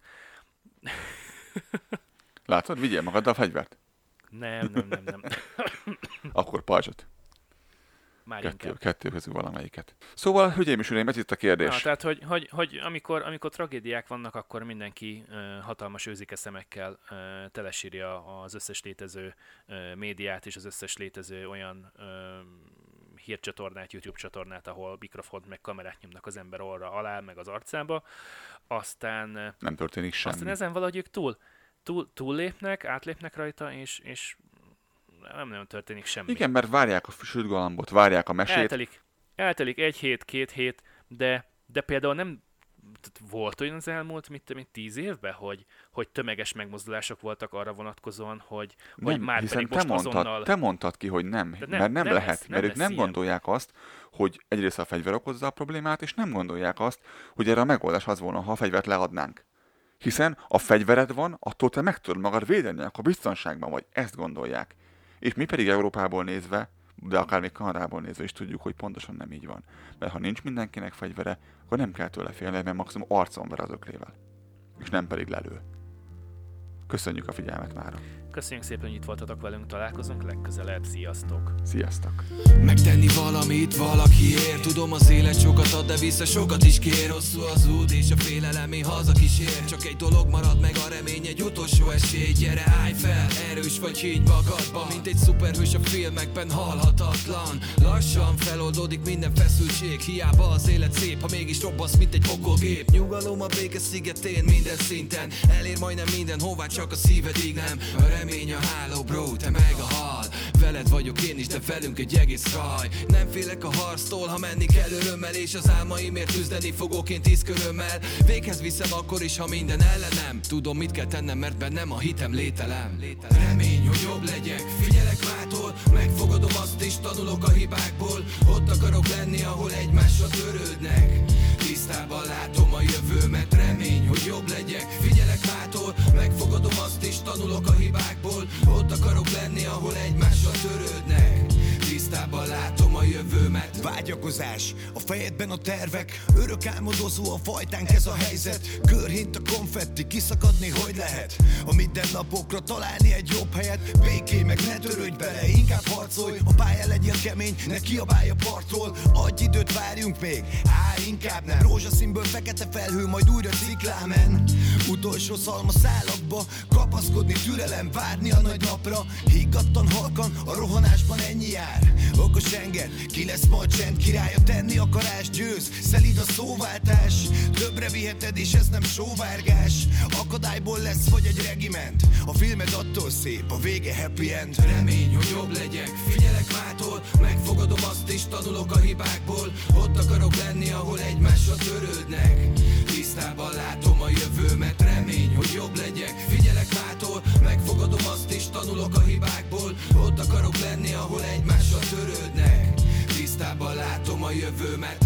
Látod, vigyél magaddal a fegyvert? Nem. Akkor pajzsot. Már Kettő közül valamelyiket. Szóval, hölgyeim és uraim, ez itt a kérdés. Na, tehát, hogy amikor tragédiák vannak, akkor mindenki hatalmas őzike szemekkel telesírja az összes létező médiát és az összes létező olyan hírcsatornát, YouTube csatornát, ahol mikrofont meg kamerát nyomnak az ember orra alá, meg az arcába. Aztán nem történik semmi. Aztán ezen valahogy ők túllépnek, átlépnek rajta, és nem nagyon történik semmi. Igen, mert várják a sült galambot, várják a mesét. Eltelik 1 hét, 2 hét, de például nem volt olyan az elmúlt, mint 10 évben, hogy tömeges megmozdulások voltak arra vonatkozóan, hogy már pedig most azonnal... Te mondtad ki, hogy nem, mert nem lehet, mert ők nem ilyen. Gondolják azt, hogy egyrészt a fegyver okozza a problémát, és nem gondolják azt, hogy erre a megoldás az volna, ha a fegyvert leadnánk. Hiszen a fegyvered van, attól te meg tudod magad védeni, akkor biztonságban vagy. Ezt gondolják. És mi pedig Európából nézve, de akár még Kanadából nézve is tudjuk, hogy pontosan nem így van. Mert ha nincs mindenkinek fegyvere, akkor nem kell tőle félni, mert maximum arcon ver az öklével. És nem pedig lelő. Köszönjük a figyelmet mára. Köszönjük szépen, hogy itt voltatok velünk, találkozunk legközelebb, sziasztok! Sziasztok! Megtenni valamit valakiért. Tudom, az élet sokat ad, de vissza sokat is kér. Hosszú az út és a félelem még haza kísér. Csak egy dolog marad meg, a remény, egy utolsó esély. Gyere, állj fel, erős vagy, higgy magadban. Mint egy szuperhős a filmekben, halhatatlan. Lassan feloldódik minden feszültség. Hiába az élet szép, ha mégis robbansz, mint egy pokolgép. Nyugalom a béke szigetén, minden szinten. Elér majdnem minden, hová csak a szívedig nem. A remény a háló, bro, te meg a hal. Veled vagyok én is, de velünk egy egész raj. Nem félek a harctól, ha menni kell örömmel. És az álmaimért küzdeni fogok én 10 körömmel. Véghez viszem akkor is, ha minden ellenem. Tudom, mit kell tennem, mert bennem a hitem lételem. Remény, hogy jobb legyek, figyelek mától. Megfogadom azt is, tanulok a hibákból. Ott akarok lenni, ahol egymásra törődnek. Tisztában látom a jövőmet. Remény, hogy jobb legyek, figyelek mától. Megfogadom azt is, tanulok a hibákból. Ott akarok lenni, ahol egymásra törődnek. Tisztában látom a jövőmet. Vágyakozás, a fejedben a tervek. Örök álmodozó a fajtánk, ez a helyzet. Körhint a konfetti, kiszakadni hogy lehet? A mindennapokra találni egy jobb helyet. Béké meg ne törődj bele, inkább harcolj. A pálya legyél kemény, ne kiabálj a partról. Adj időt, várjunk még, inkább nem. Rózsaszínből fekete felhő, majd újra ciklámen. Utolsó szalma szálakba kapaszkodni, türelem, várni a nagy napra. Higgadtan halkan, a rohanásban ennyi jár. Okos enged, ki lesz majd csend királya, tenni akarás, győz, szelíd a szóváltás. Többre viheted és ez nem sóvárgás. Akadályból lesz vagy egy regiment. A filmed attól szép, a vége happy end. Remény, hogy jobb legyek, figyelek mától. Megfogadom azt is, tanulok a hibákból. Ott akarok lenni, ahol egymásra törődnek. Tisztában látom a jövőmet. Remény, hogy jobb legyek, figyelek mától. Megfogadom azt is, tanulok a hibákból. Ott akarok lenni, ahol egymásra törődnek. Tisztában látom a jövőmet.